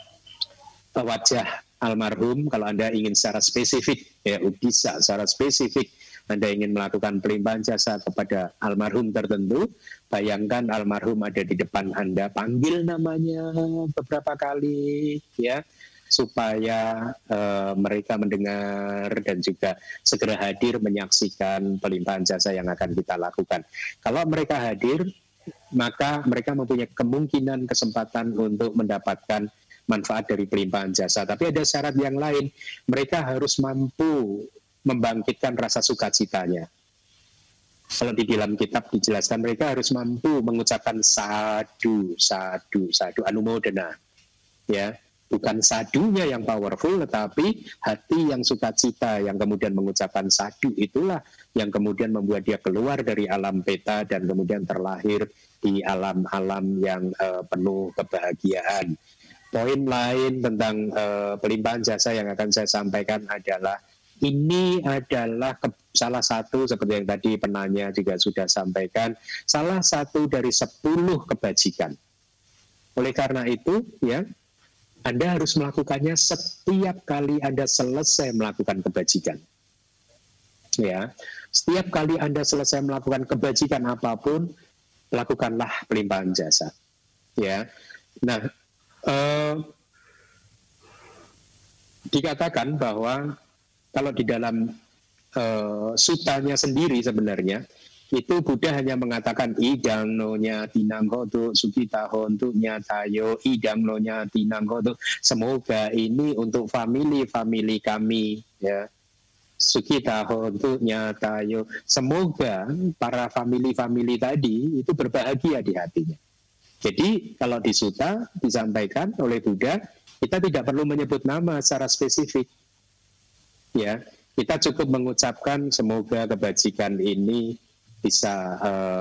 wajah almarhum. Kalau Anda ingin secara spesifik, ya bisa secara spesifik Anda ingin melakukan pelimpahan jasa kepada almarhum tertentu, bayangkan almarhum ada di depan Anda, panggil namanya beberapa kali, ya, supaya mereka mendengar dan juga segera hadir menyaksikan pelimpahan jasa yang akan kita lakukan. Kalau mereka hadir, maka mereka mempunyai kemungkinan kesempatan untuk mendapatkan manfaat dari pelimpahan jasa. Tapi ada syarat yang lain, mereka harus mampu membangkitkan rasa sukacitanya. Kalau di dalam kitab dijelaskan mereka harus mampu mengucapkan sadu, sadu, sadu, anumodana, ya, bukan sadunya yang powerful, tetapi hati yang sukacita yang kemudian mengucapkan sadu, itulah yang kemudian membuat dia keluar dari alam peta dan kemudian terlahir di alam-alam yang penuh kebahagiaan. Poin lain tentang pelimpahan jasa yang akan saya sampaikan adalah ini adalah salah satu, seperti yang tadi penanya juga sudah sampaikan, salah satu dari 10 kebajikan. Oleh karena itu, ya, Anda harus melakukannya setiap kali Anda selesai melakukan kebajikan. Ya, setiap kali Anda selesai melakukan kebajikan apapun, lakukanlah pelimpahan jasa. Ya, nah, dikatakan bahwa kalau di dalam sutanya sendiri sebenarnya itu Buddha hanya mengatakan idang nonya tinanghotu sukitaho nyatayo, idang nonya tinanghotu, semoga ini untuk famili kami, ya, sukitaho nyatayo, semoga para famili tadi itu berbahagia di hatinya. Jadi kalau di suta disampaikan oleh Buddha, kita tidak perlu menyebut nama secara spesifik. Ya, kita cukup mengucapkan semoga kebajikan ini bisa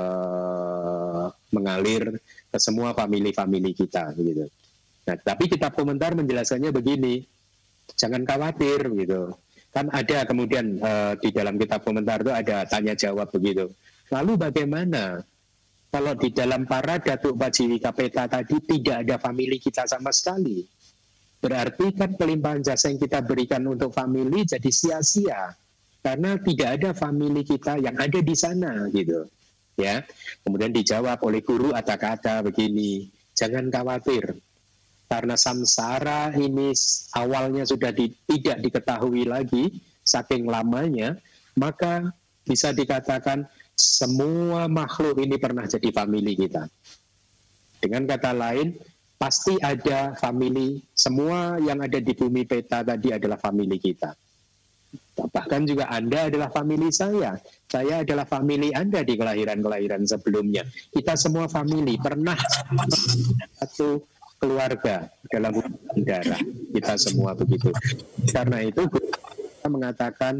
mengalir ke semua famili kita, gitu. Nah, tapi kitab komentar menjelaskannya begini, jangan khawatir, gitu. Kan ada kemudian di dalam kitab komentar itu ada tanya jawab begitu. Lalu bagaimana kalau di dalam para datuk pajiwika peta tadi tidak ada famili kita sama sekali? Berarti kan pelimpahan jasa yang kita berikan untuk famili jadi sia-sia karena tidak ada famili kita yang ada di sana, gitu. Ya. Kemudian dijawab oleh guru Atthakata begini, jangan khawatir. Karena samsara ini awalnya sudah tidak diketahui lagi saking lamanya, maka bisa dikatakan semua makhluk ini pernah jadi famili kita. Dengan kata lain, pasti ada famili, semua yang ada di bumi peta tadi adalah famili kita. Bahkan juga Anda adalah famili saya adalah famili Anda di kelahiran-kelahiran sebelumnya. Kita semua famili, pernah satu keluarga dalam hubungan darah, kita semua begitu. Karena itu kita mengatakan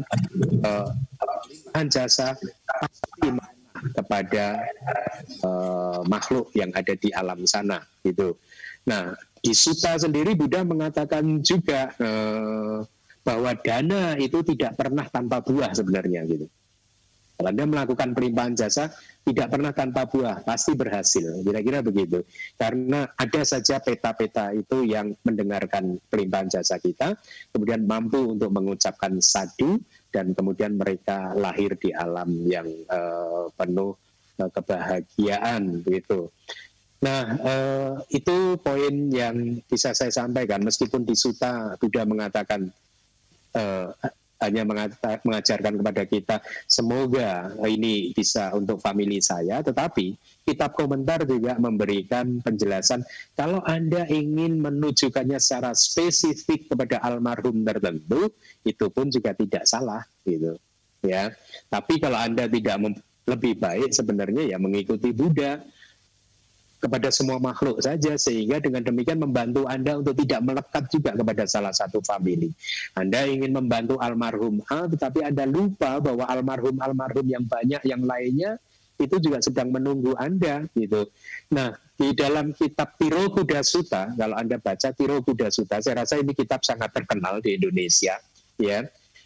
jasa pasti kepada makhluk yang ada di alam sana, gitu. Nah, di Sutta sendiri Buddha mengatakan juga bahwa dana itu tidak pernah tanpa buah sebenarnya, gitu. Kalau Anda melakukan pelimpahan jasa, tidak pernah tanpa buah, pasti berhasil. Kira-kira begitu. Karena ada saja peta-peta itu yang mendengarkan pelimpahan jasa kita, kemudian mampu untuk mengucapkan sadu, dan kemudian mereka lahir di alam yang penuh kebahagiaan, begitu. Nah, itu poin yang bisa saya sampaikan. Meskipun di Sutta Buddha mengatakan hanya mengajarkan kepada kita semoga ini bisa untuk famili saya, tetapi kitab komentar juga memberikan penjelasan kalau Anda ingin menunjukkannya secara spesifik kepada almarhum tertentu, itu pun juga tidak salah, gitu ya. Tapi kalau Anda tidak lebih baik sebenarnya ya mengikuti Buddha kepada semua makhluk saja, sehingga dengan demikian membantu Anda untuk tidak melekat juga kepada salah satu famili. Anda ingin membantu almarhum A, tetapi Anda lupa bahwa almarhum yang banyak yang lainnya itu juga sedang menunggu Anda, gitu. Nah, di dalam kitab Tirokuda Sutta, kalau Anda baca Tirokuda Sutta, saya rasa ini kitab sangat terkenal di Indonesia, ya.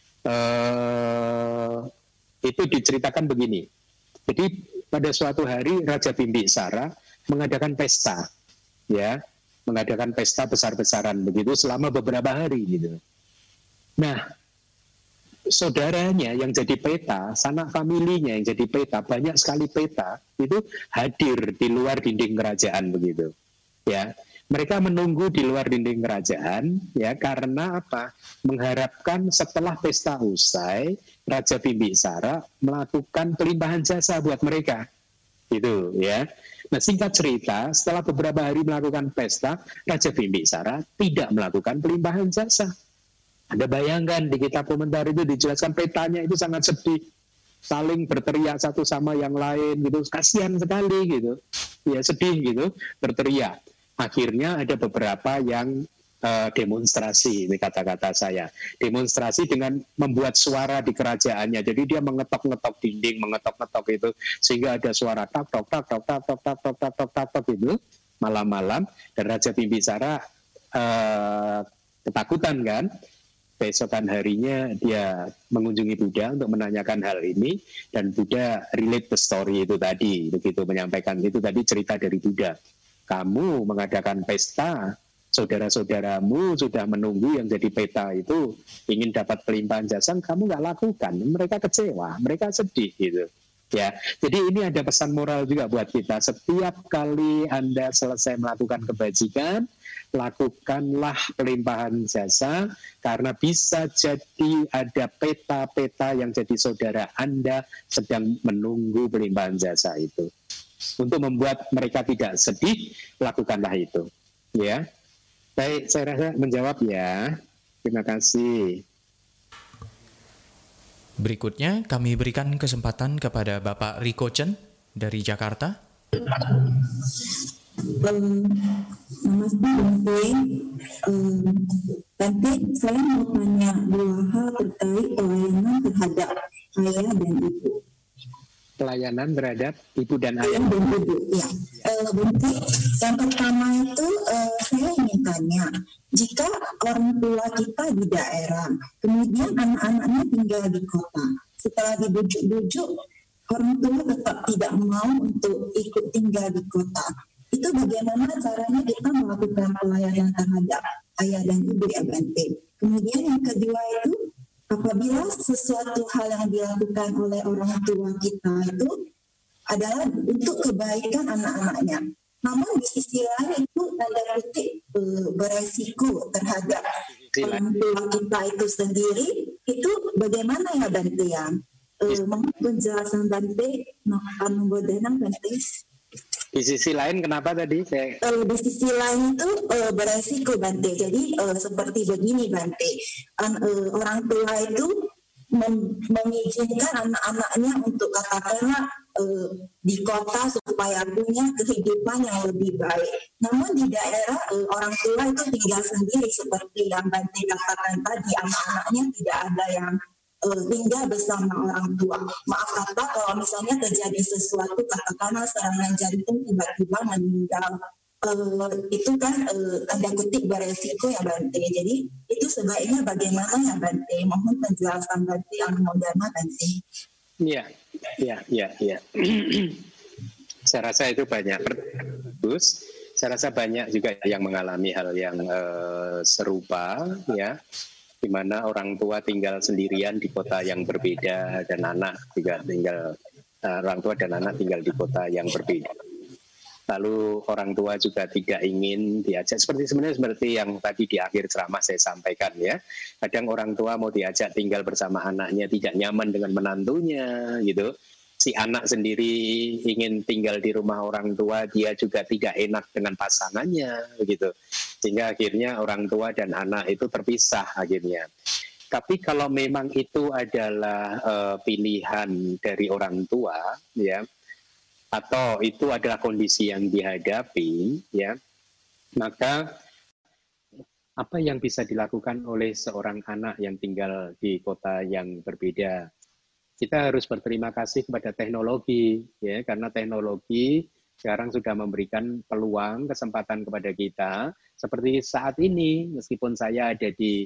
Itu diceritakan begini. Jadi pada suatu hari Raja Bimbisara mengadakan pesta, ya, mengadakan pesta besar-besaran begitu selama beberapa hari, gitu. Nah, saudaranya yang jadi peta, sanak familinya yang jadi peta, banyak sekali peta itu hadir di luar dinding kerajaan begitu, ya. Mereka menunggu di luar dinding kerajaan, ya, karena apa? Mengharapkan setelah pesta usai, Raja Bimbisara melakukan pelimpahan jasa buat mereka, gitu, ya. Nah, singkat cerita, setelah beberapa hari melakukan pesta, Raja Bimbisara tidak melakukan pelimpahan jasa. Anda bayangkan di kitab komentar itu dijelaskan petanya itu sangat sedih, saling berteriak satu sama yang lain, gitu, kasihan sekali, gitu, ya, sedih, gitu, berteriak. Akhirnya ada beberapa yang demonstrasi, ini kata-kata saya, demonstrasi dengan membuat suara di kerajaannya. Jadi dia mengetok-ngetok dinding, mengetok-ngetok itu sehingga ada suara tak tok tak tok tak tok tak tok tak tok tak tok itu malam-malam, dan Raja Bimbisara ketakutan kan. Besokan harinya dia mengunjungi Buddha untuk menanyakan hal ini, dan Buddha relate the story itu tadi, begitu menyampaikan itu tadi cerita dari Buddha. Kamu mengadakan pesta, saudara-saudaramu sudah menunggu yang jadi peta itu ingin dapat pelimpahan jasa, kamu nggak lakukan, mereka kecewa, mereka sedih, gitu. Ya, jadi ini ada pesan moral juga buat kita. Setiap kali Anda selesai melakukan kebajikan, lakukanlah pelimpahan jasa, karena bisa jadi ada peta-peta yang jadi saudara Anda sedang menunggu pelimpahan jasa itu. Untuk membuat mereka tidak sedih, lakukanlah itu. Ya. Baik, saya rasa menjawab ya. Terima kasih.
Berikutnya kami berikan kesempatan kepada Bapak Riko Chen dari Jakarta.
Namaste Bante. Bante, saya mau tanya dua hal terkait pelayanan terhadap ayah dan ibu.
Pelayanan terhadap ibu dan ayah.
Ayah dan ibu, ya. Bante, yang pertama itu saya ingin tanya, jika orang tua kita di daerah, kemudian anak-anaknya tinggal di kota, setelah dibujuk-bujuk, orang tua tetap tidak mau untuk ikut tinggal di kota. Itu bagaimana caranya kita melakukan pelayanan terhadap ayah dan ibu, ya Bante. Kemudian yang kedua itu, apabila sesuatu hal yang dilakukan oleh orang tua kita itu adalah untuk kebaikan anak-anaknya, namun di sisi lain itu tanda kutip beresiko terhadap orang tua kita itu sendiri, itu bagaimana ya Bante ya? Mohon penjelasan Bante, mohon membodenang Bante.
Di sisi lain kenapa tadi?
Di sisi lain itu beresiko Bante. Jadi seperti begini Bante, orang tua itu mengizinkan anak-anaknya untuk katakanlah di kota supaya punya kehidupan yang lebih baik. Namun di daerah orang tua itu tinggal sendiri seperti yang Bante katakan tadi, anak-anaknya tidak ada yang tinggal bersama orang tua. Maaf kata kalau misalnya terjadi sesuatu, katakanlah serangan jantung tiba-tiba meninggal, itu kan tanda kutip beresiko ya Bante. Jadi itu sebaiknya bagaimana ya Bante? Mohon penjelasan Bante yang moderna Bante.
Iya, Ya. Saya rasa itu banyak. Bagus. Saya rasa banyak juga yang mengalami hal yang serupa, ya, di mana orang tua tinggal sendirian di kota yang berbeda dan anak juga tinggal orang tua dan anak tinggal di kota yang berbeda. Lalu orang tua juga tidak ingin diajak, sebenarnya seperti yang tadi di akhir ceramah saya sampaikan, ya. Kadang orang tua mau diajak tinggal bersama anaknya tidak nyaman dengan menantunya, gitu. Si anak sendiri ingin tinggal di rumah orang tua, dia juga tidak enak dengan pasangannya, gitu. Sehingga akhirnya orang tua dan anak itu terpisah akhirnya. Tapi kalau memang itu adalah pilihan dari orang tua, ya, atau itu adalah kondisi yang dihadapi, ya, maka apa yang bisa dilakukan oleh seorang anak yang tinggal di kota yang berbeda? Kita harus berterima kasih kepada teknologi, ya, karena teknologi sekarang sudah memberikan peluang, kesempatan kepada kita. Seperti saat ini, meskipun saya ada di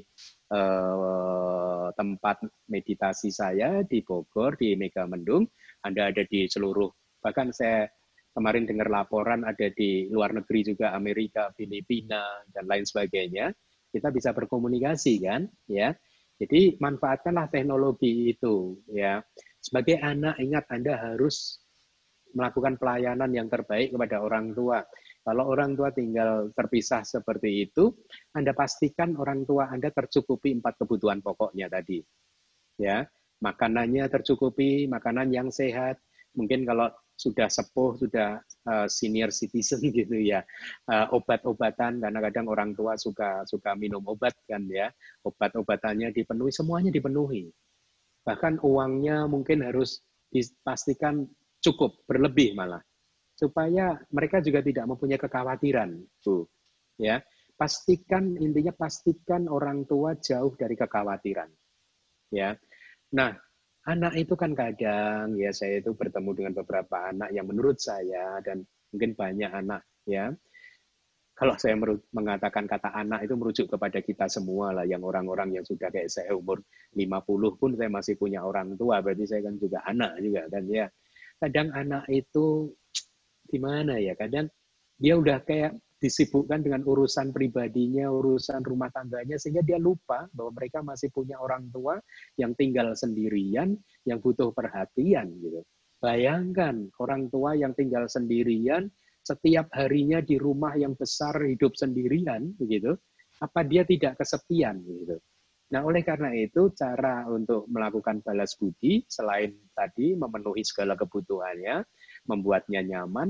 tempat meditasi saya di Bogor, di Megamendung, Anda ada di seluruh. Bahkan saya kemarin dengar laporan ada di luar negeri juga, Amerika, Filipina, dan lain sebagainya. Kita bisa berkomunikasi, kan? Ya, jadi manfaatkanlah teknologi itu. Ya, sebagai anak ingat Anda harus melakukan pelayanan yang terbaik kepada orang tua. Kalau orang tua tinggal terpisah seperti itu, Anda pastikan orang tua Anda tercukupi 4 kebutuhan pokoknya tadi. Ya, makanannya tercukupi, makanan yang sehat. Mungkin kalau sudah sepuh, sudah senior citizen gitu ya, obat-obatan, karena kadang orang tua suka minum obat kan ya, obat-obatannya dipenuhi, semuanya dipenuhi. Bahkan uangnya mungkin harus dipastikan cukup, berlebih malah, supaya mereka juga tidak mempunyai kekhawatiran, tuh, ya. Pastikan, intinya pastikan orang tua jauh dari kekhawatiran, ya. Nah, anak itu kan kadang, ya, saya itu bertemu dengan beberapa anak yang menurut saya, dan mungkin banyak anak, ya, kalau saya mengatakan kata anak itu merujuk kepada kita semua lah, yang orang-orang yang sudah kayak saya umur 50 pun saya masih punya orang tua, berarti saya kan juga anak juga kan ya. Kadang anak itu gimana ya, kadang dia udah kayak disibukkan dengan urusan pribadinya, urusan rumah tangganya, sehingga dia lupa bahwa mereka masih punya orang tua yang tinggal sendirian, yang butuh perhatian gitu. Bayangkan orang tua yang tinggal sendirian, setiap harinya di rumah yang besar hidup sendirian, begitu. Apa dia tidak kesepian gitu? Nah, oleh karena itu cara untuk melakukan balas budi selain tadi memenuhi segala kebutuhannya, membuatnya nyaman,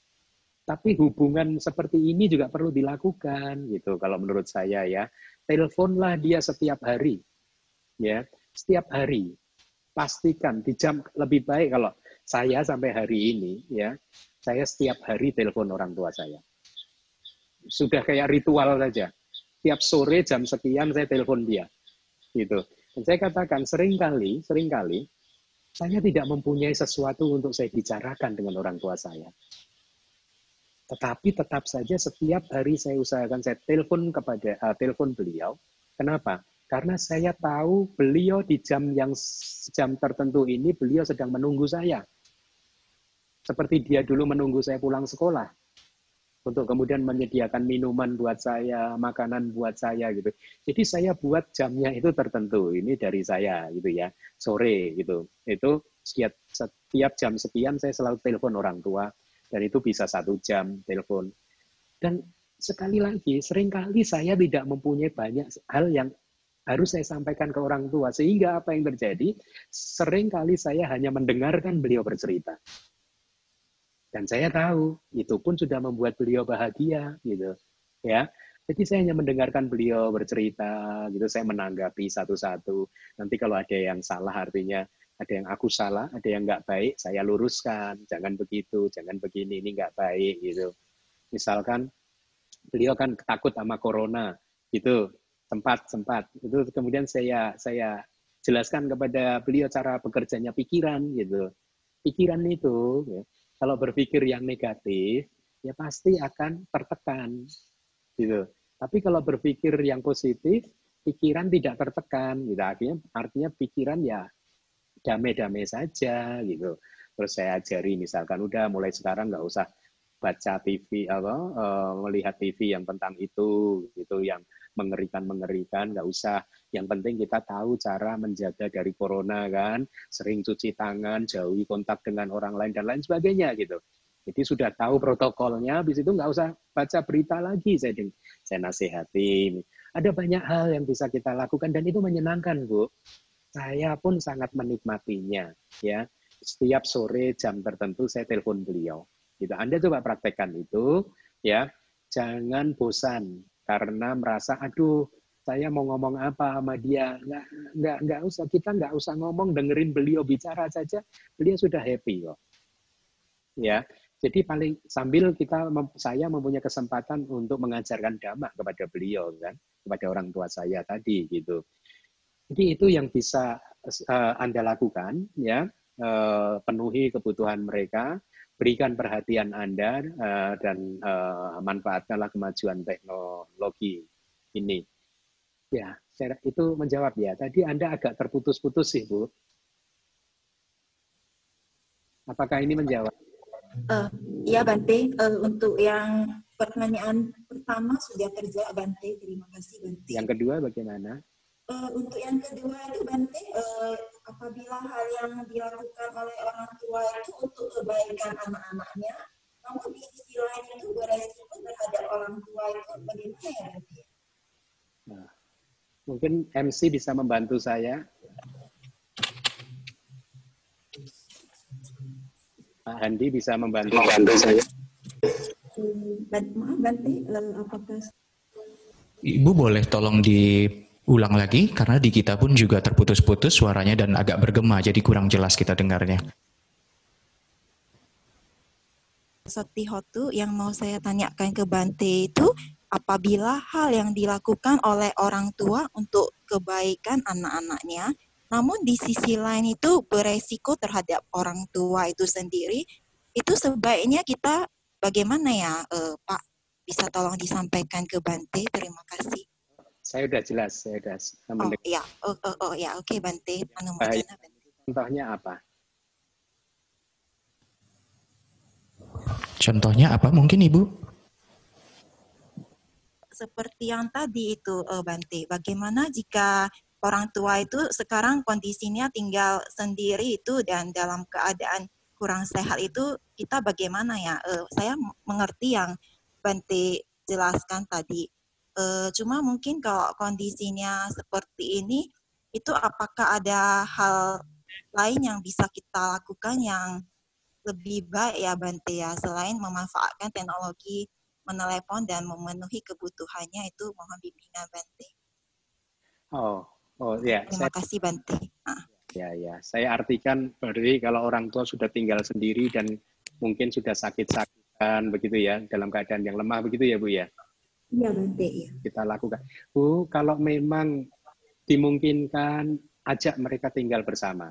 tapi hubungan seperti ini juga perlu dilakukan gitu. Kalau menurut saya ya, teleponlah dia setiap hari, ya, setiap hari. Pastikan di jam lebih baik kalau saya sampai hari ini ya, saya setiap hari telepon orang tua saya. Sudah kayak ritual saja. Tiap sore jam sekian saya telepon dia, gitu. Dan saya katakan seringkali saya tidak mempunyai sesuatu untuk saya bicarakan dengan orang tua saya. Tetapi tetap saja setiap hari saya usahakan saya telepon beliau. Kenapa? Karena saya tahu beliau di jam tertentu ini beliau sedang menunggu saya. Seperti dia dulu menunggu saya pulang sekolah untuk kemudian menyediakan minuman buat saya, makanan buat saya gitu. Jadi saya buat jamnya itu tertentu. Ini dari saya gitu ya. Sore gitu. Itu setiap jam sekian saya selalu telepon orang tua. Dan itu bisa 1 jam telepon. Dan sekali lagi, seringkali saya tidak mempunyai banyak hal yang harus saya sampaikan ke orang tua. Sehingga apa yang terjadi, seringkali saya hanya mendengarkan beliau bercerita. Dan saya tahu, itu pun sudah membuat beliau bahagia. Gitu, ya. Jadi saya hanya mendengarkan beliau bercerita, gitu. Saya menanggapi satu-satu. Nanti kalau ada yang salah artinya, ada yang aku salah, ada yang nggak baik, saya luruskan. Jangan begitu, jangan begini, ini nggak baik gitu. Misalkan beliau kan takut sama corona, gitu. Sempat. Itu kemudian saya jelaskan kepada beliau cara bekerjanya pikiran, gitu. Pikiran itu, ya, kalau berpikir yang negatif, ya pasti akan tertekan, gitu. Tapi kalau berpikir yang positif, pikiran tidak tertekan, gitu. Artinya pikiran ya damai-damai saja gitu. Terus saya ajari misalkan udah mulai sekarang nggak usah baca TV melihat TV yang tentang itu gitu, yang mengerikan nggak usah. Yang penting kita tahu cara menjaga dari corona kan, sering cuci tangan, jauhi kontak dengan orang lain dan lain sebagainya gitu. Jadi sudah tahu protokolnya, habis itu nggak usah baca berita lagi. Saya nasihati. Ada banyak hal yang bisa kita lakukan dan itu menyenangkan, Bu. Saya pun sangat menikmatinya. Ya, setiap sore jam tertentu saya telepon beliau. Gitu. Anda coba praktekkan itu, ya. Jangan bosan karena merasa, aduh, saya mau ngomong apa sama dia. Nggak usah, kita nggak usah ngomong, dengerin beliau bicara saja, beliau sudah happy kok. Ya, jadi paling sambil saya mempunyai kesempatan untuk mengajarkan dhamma kepada beliau kan, kepada orang tua saya tadi gitu. Jadi itu yang bisa Anda lakukan ya, penuhi kebutuhan mereka, berikan perhatian Anda dan manfaatkanlah kemajuan teknologi ini. Ya, itu menjawab ya. Tadi Anda agak terputus-putus sih, Bu. Apakah ini menjawab?
Ya Bante, untuk yang pertanyaan pertama sudah terjawab Bante, terima kasih Bante.
Yang kedua bagaimana?
Untuk yang kedua itu Bante, apabila hal yang dilakukan oleh orang tua itu untuk kebaikan anak-anaknya, namun di sisi lain itu beresiko terhadap orang tua itu bagaimana ya Bante?
Nah, mungkin MC bisa membantu saya. Pak Handi bisa membantu saya.
Maaf Bante, apakah
Ibu boleh tolong diulang lagi karena di kita pun juga terputus-putus suaranya dan agak bergema jadi kurang jelas kita dengarnya.
Sakti Hotu yang mau saya tanyakan ke Bante itu apabila hal yang dilakukan oleh orang tua untuk kebaikan anak-anaknya, namun di sisi lain itu beresiko terhadap orang tua itu sendiri, itu sebaiknya kita bagaimana ya Pak? Bisa tolong disampaikan ke Bante, terima kasih.
Saya udah jelas, saya udah
ya, oke Bante.
Contohnya apa?
Contohnya apa mungkin Ibu?
Seperti yang tadi itu Bante, bagaimana jika orang tua itu sekarang kondisinya tinggal sendiri itu dan dalam keadaan kurang sehat itu kita bagaimana ya? Saya mengerti yang Bante jelaskan tadi. Cuma mungkin kalau kondisinya seperti ini, itu apakah ada hal lain yang bisa kita lakukan yang lebih baik ya Bante ya, selain memanfaatkan teknologi menelepon dan memenuhi kebutuhannya itu mohon bimbingan Bante.
Oh ya.
Terima kasih Bante.
Ya. Saya artikan berarti kalau orang tua sudah tinggal sendiri dan mungkin sudah sakit-sakitan begitu ya, dalam keadaan yang lemah begitu ya Bu ya?
Iya Bante, ya.
Kita lakukan. Bu, kalau memang dimungkinkan, ajak mereka tinggal bersama.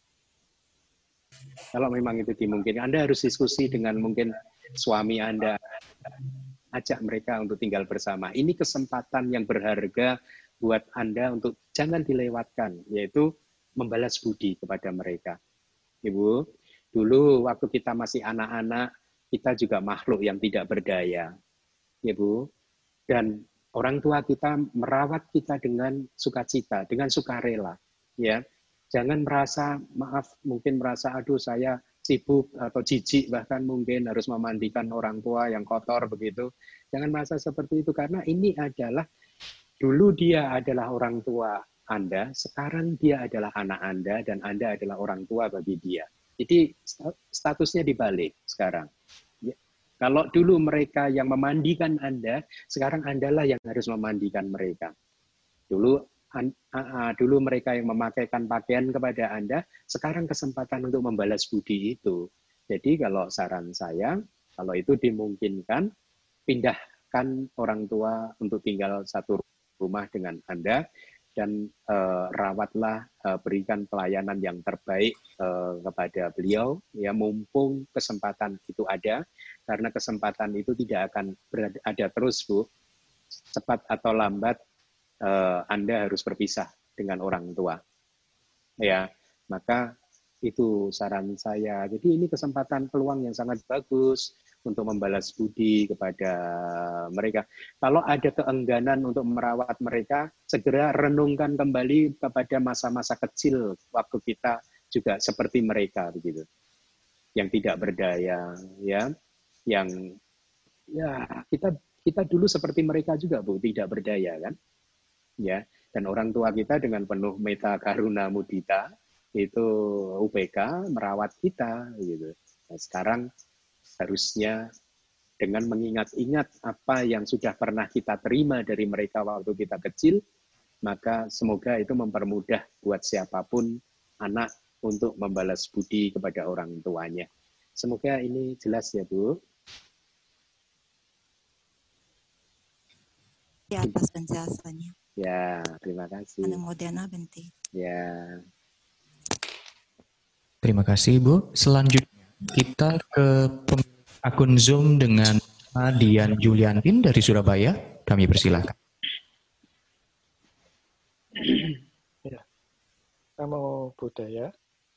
Kalau memang itu dimungkinkan, Anda harus diskusi dengan mungkin suami Anda, ajak mereka untuk tinggal bersama. Ini kesempatan yang berharga buat Anda untuk jangan dilewatkan, yaitu membalas budi kepada mereka. Ibu, dulu waktu kita masih anak-anak, kita juga makhluk yang tidak berdaya. Ibu, dan orang tua kita merawat kita dengan sukacita, dengan sukarela. Ya, jangan merasa, mungkin merasa, aduh saya sibuk atau jijik, bahkan mungkin harus memandikan orang tua yang kotor begitu. Jangan merasa seperti itu, karena ini adalah, dulu dia adalah orang tua Anda, sekarang dia adalah anak Anda, dan Anda adalah orang tua bagi dia. Jadi statusnya dibalik sekarang. Kalau dulu mereka yang memandikan Anda, sekarang Andalah yang harus memandikan mereka. Dulu mereka yang memakaikan pakaian kepada Anda, sekarang kesempatan untuk membalas budi itu. Jadi kalau saran saya, kalau itu dimungkinkan, pindahkan orang tua untuk tinggal satu rumah dengan Anda, dan rawatlah, berikan pelayanan yang terbaik kepada beliau, ya, mumpung kesempatan itu ada, karena kesempatan itu tidak akan ada terus, Bu. Cepat atau lambat Anda harus berpisah dengan orang tua. Ya, maka Itu saran saya. Jadi ini kesempatan peluang yang sangat bagus untuk membalas budi kepada mereka. Kalau ada keengganan untuk merawat mereka, segera renungkan kembali kepada masa-masa kecil waktu kita juga seperti mereka begitu. Yang tidak berdaya, ya. Yang ya kita dulu seperti mereka juga, Bu, tidak berdaya kan? Ya. Dan orang tua kita dengan penuh meta karuna mudita itu UPK merawat kita gitu. Nah, sekarang harusnya dengan mengingat-ingat apa yang sudah pernah kita terima dari mereka waktu kita kecil, maka semoga itu mempermudah buat siapapun anak untuk membalas budi kepada orang tuanya. Semoga ini jelas ya, Bu.
Ya, atas penjelasannya.
Ya, terima kasih.
Anumodana Bante.
Ya.
Terima kasih, Bu. Selanjutnya kita ke akun Zoom dengan Dian Juliantin dari Surabaya. Kami persilahkan.
Ya. Namo Buddhaya.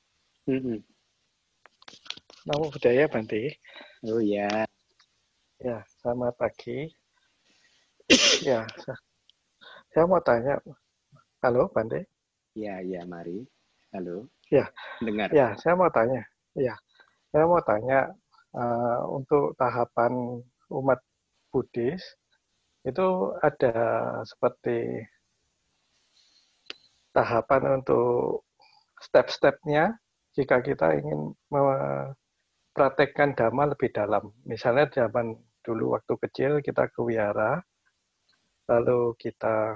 Namo Buddhaya, Bante.
Oh ya.
Ya, selamat pagi. Ya, saya mau tanya. Halo, Bante.
Ya, mari. Halo.
Ya,
dengar.
Ya, saya mau tanya. Ya, saya mau tanya untuk tahapan umat Buddhis itu ada seperti tahapan untuk step-stepnya jika kita ingin mempraktekkan Dhamma lebih dalam. Misalnya zaman dulu waktu kecil kita ke wihara, lalu kita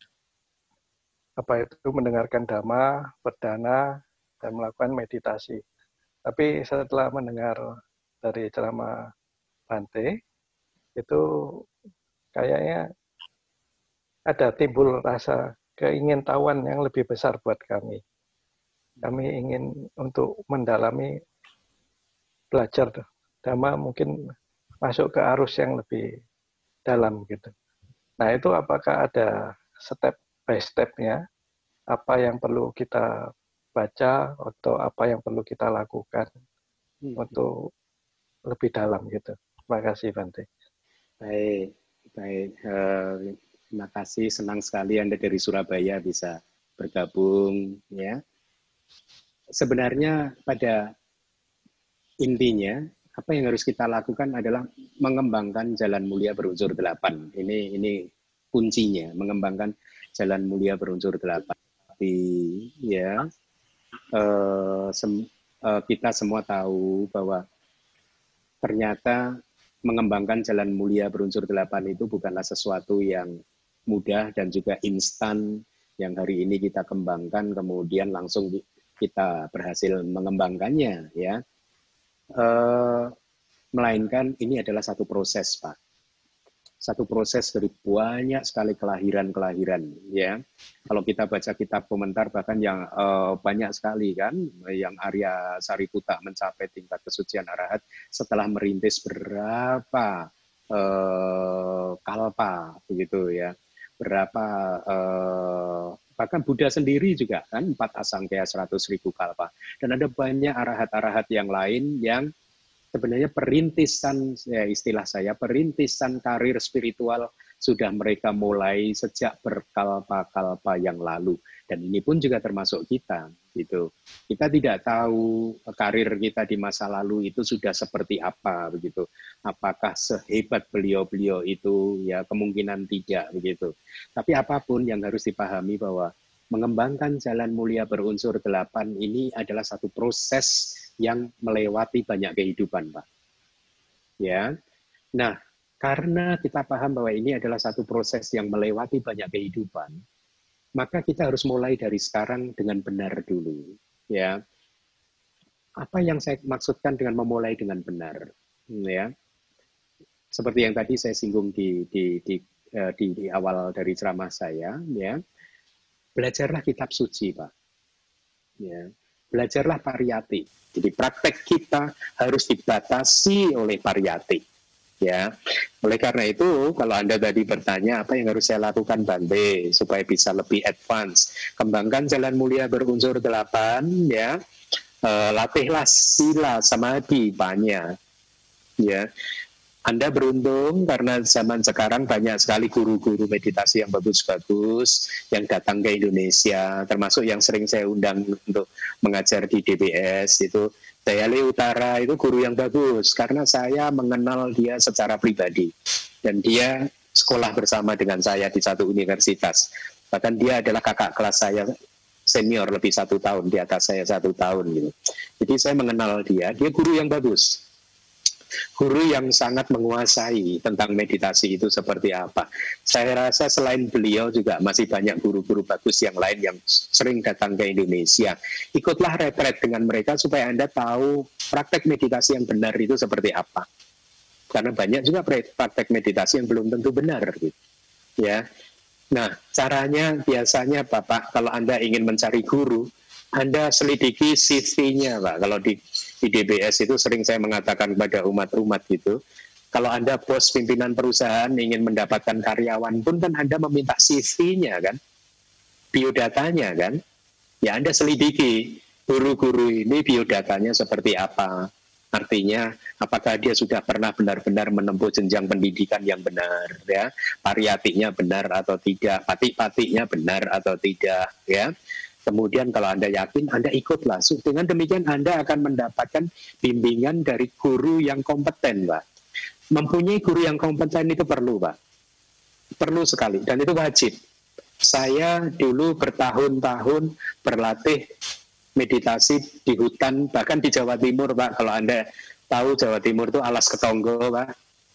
mendengarkan Dhamma, berdana, dan melakukan meditasi. Tapi setelah mendengar dari ceramah Bante, itu kayaknya ada timbul rasa keingintahuan yang lebih besar buat kami. Kami ingin untuk mendalami, belajar Dhamma mungkin masuk ke arus yang lebih dalam gitu. Nah itu apakah ada step by step-nya, apa yang perlu kita baca atau apa yang perlu kita lakukan untuk lebih dalam gitu. Terima kasih, Bante.
Baik. Terima kasih, senang sekali Anda dari Surabaya bisa bergabung ya. Sebenarnya pada intinya apa yang harus kita lakukan adalah mengembangkan jalan mulia berunsur 8. Ini kuncinya, mengembangkan jalan mulia berunsur 8. Tapi ya kita semua tahu bahwa ternyata mengembangkan jalan mulia berunsur 8 itu bukanlah sesuatu yang mudah dan juga instan yang hari ini kita kembangkan kemudian langsung kita berhasil mengembangkannya ya. Melainkan ini adalah satu proses, Pak. Satu proses dari banyak sekali kelahiran ya. Kalau kita baca kitab komentar bahkan yang banyak sekali kan yang Arya Sariputta mencapai tingkat kesucian arahat setelah merintis berapa kalpa begitu ya. Berapa bahkan Buddha sendiri juga kan 4 asangkaya 100.000 kalpa. Dan ada banyak arahat-arahat yang lain yang sebenarnya perintisan, ya istilah saya, perintisan karir spiritual sudah mereka mulai sejak berkalpa-kalpa yang lalu. Dan ini pun juga termasuk kita. Gitu. Kita tidak tahu karir kita di masa lalu itu sudah seperti apa. Begitu. Apakah sehebat beliau-beliau itu, ya kemungkinan tidak. Begitu. Tapi apapun yang harus dipahami bahwa mengembangkan jalan mulia berunsur 8 ini adalah satu proses yang melewati banyak kehidupan, Pak. Ya. Nah, karena kita paham bahwa ini adalah satu proses yang melewati banyak kehidupan, maka kita harus mulai dari sekarang dengan benar dulu, ya. Apa yang saya maksudkan dengan memulai dengan benar, ya? Seperti yang tadi saya singgung di awal dari ceramah saya, ya. Belajarlah kitab suci, Pak. Ya. Belajarlah pariyati. Jadi praktek kita harus dibatasi oleh pariyati. Ya. Oleh karena itu, kalau Anda tadi bertanya apa yang harus saya lakukan Bante supaya bisa lebih advance, kembangkan jalan mulia berunsur 8 ya. latihlah sila samadhi banyak. Ya, Anda beruntung karena zaman sekarang banyak sekali guru-guru meditasi yang bagus-bagus yang datang ke Indonesia, termasuk yang sering saya undang untuk mengajar di DBS itu. Dayale Utara itu guru yang bagus karena saya mengenal dia secara pribadi dan dia sekolah bersama dengan saya di satu universitas. Bahkan dia adalah kakak kelas saya senior lebih 1 tahun, di atas saya 1 tahun gitu. Jadi saya mengenal dia guru yang bagus. Guru yang sangat menguasai tentang meditasi itu seperti apa. Saya rasa selain beliau juga masih banyak guru-guru bagus yang lain yang sering datang ke Indonesia. Ikutlah retret dengan mereka supaya Anda tahu praktek meditasi yang benar itu seperti apa. Karena banyak juga praktek meditasi yang belum tentu benar gitu. Ya. Nah, caranya biasanya Bapak kalau Anda ingin mencari guru, Anda selidiki CV-nya, Pak. Kalau di DBS itu sering saya mengatakan kepada umat-umat gitu, kalau Anda bos pimpinan perusahaan ingin mendapatkan karyawan pun kan Anda meminta CV-nya kan, biodatanya kan, ya Anda selidiki guru-guru ini biodatanya seperti apa. Artinya, apakah dia sudah pernah benar-benar menempuh jenjang pendidikan yang benar, ya, pariyatinya benar atau tidak, pati-patinya benar atau tidak, ya. Kemudian kalau Anda yakin, Anda ikutlah. Dengan demikian Anda akan mendapatkan bimbingan dari guru yang kompeten, Pak. Mempunyai guru yang kompeten itu perlu, Pak. Perlu sekali, dan itu wajib. Saya dulu bertahun-tahun berlatih meditasi di hutan, bahkan di Jawa Timur, Pak. Kalau Anda tahu Jawa Timur itu alas ketonggo, Pak.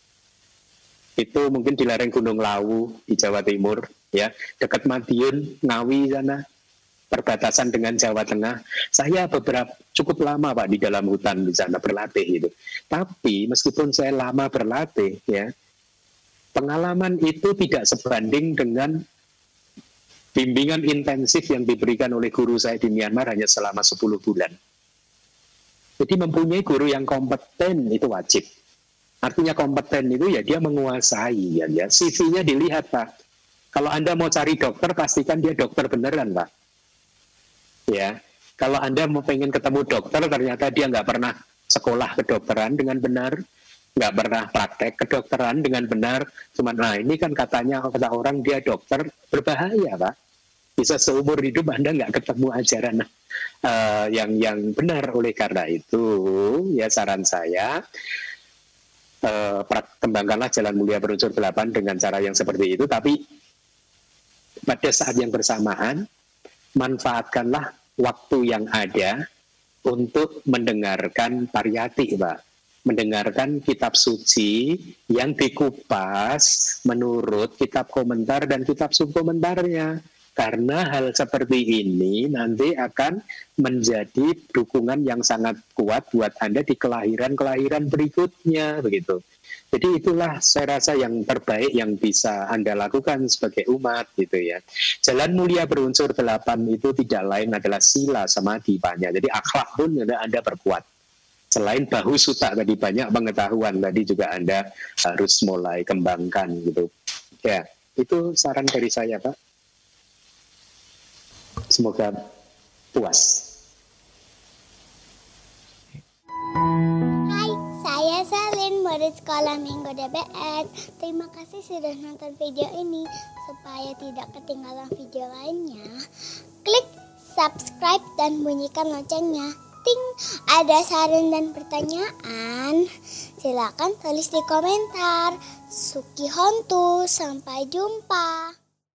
Itu mungkin di lereng Gunung Lawu di Jawa Timur, ya, dekat Madiun, Ngawi sana. Perbatasan dengan Jawa Tengah, saya cukup lama Pak di dalam hutan di sana berlatih itu. Tapi meskipun saya lama berlatih, ya, pengalaman itu tidak sebanding dengan bimbingan intensif yang diberikan oleh guru saya di Myanmar hanya selama 10 bulan. Jadi mempunyai guru yang kompeten itu wajib. Artinya kompeten itu ya dia menguasai, ya. CV-nya dilihat Pak. Kalau Anda mau cari dokter, pastikan dia dokter beneran Pak. Ya, kalau Anda mau pengen ketemu dokter, ternyata dia nggak pernah sekolah kedokteran dengan benar, nggak pernah praktek kedokteran dengan benar, cuman nah ini kan katanya kata orang dia dokter, berbahaya Pak. Bisa seumur hidup Anda nggak ketemu ajaran yang benar. Oleh karena itu, ya saran saya, kembangkanlah Jalan Mulia Berunsur 8 dengan cara yang seperti itu, tapi pada saat yang bersamaan, manfaatkanlah waktu yang ada untuk mendengarkan pariyati, Pak. Mendengarkan kitab suci yang dikupas menurut kitab komentar dan kitab subkomentarnya. Karena hal seperti ini nanti akan menjadi dukungan yang sangat kuat buat Anda di kelahiran-kelahiran berikutnya, begitu. Jadi itulah saya rasa yang terbaik yang bisa Anda lakukan sebagai umat gitu ya. Jalan Mulia Berunsur 8 itu tidak lain adalah sila samadhi banyak. Jadi akhlak pun Anda perkuat. Selain bahu suta tadi banyak pengetahuan tadi juga Anda harus mulai kembangkan gitu. Ya, itu saran dari saya Pak. Semoga puas.
Hai, saya Salin, murid sekolah Minggu DBS. Terima kasih sudah nonton video ini. Supaya tidak ketinggalan video lainnya, klik subscribe dan bunyikan loncengnya. Ting, ada saran dan pertanyaan? Silakan tulis di komentar. Suki Hontu, sampai jumpa.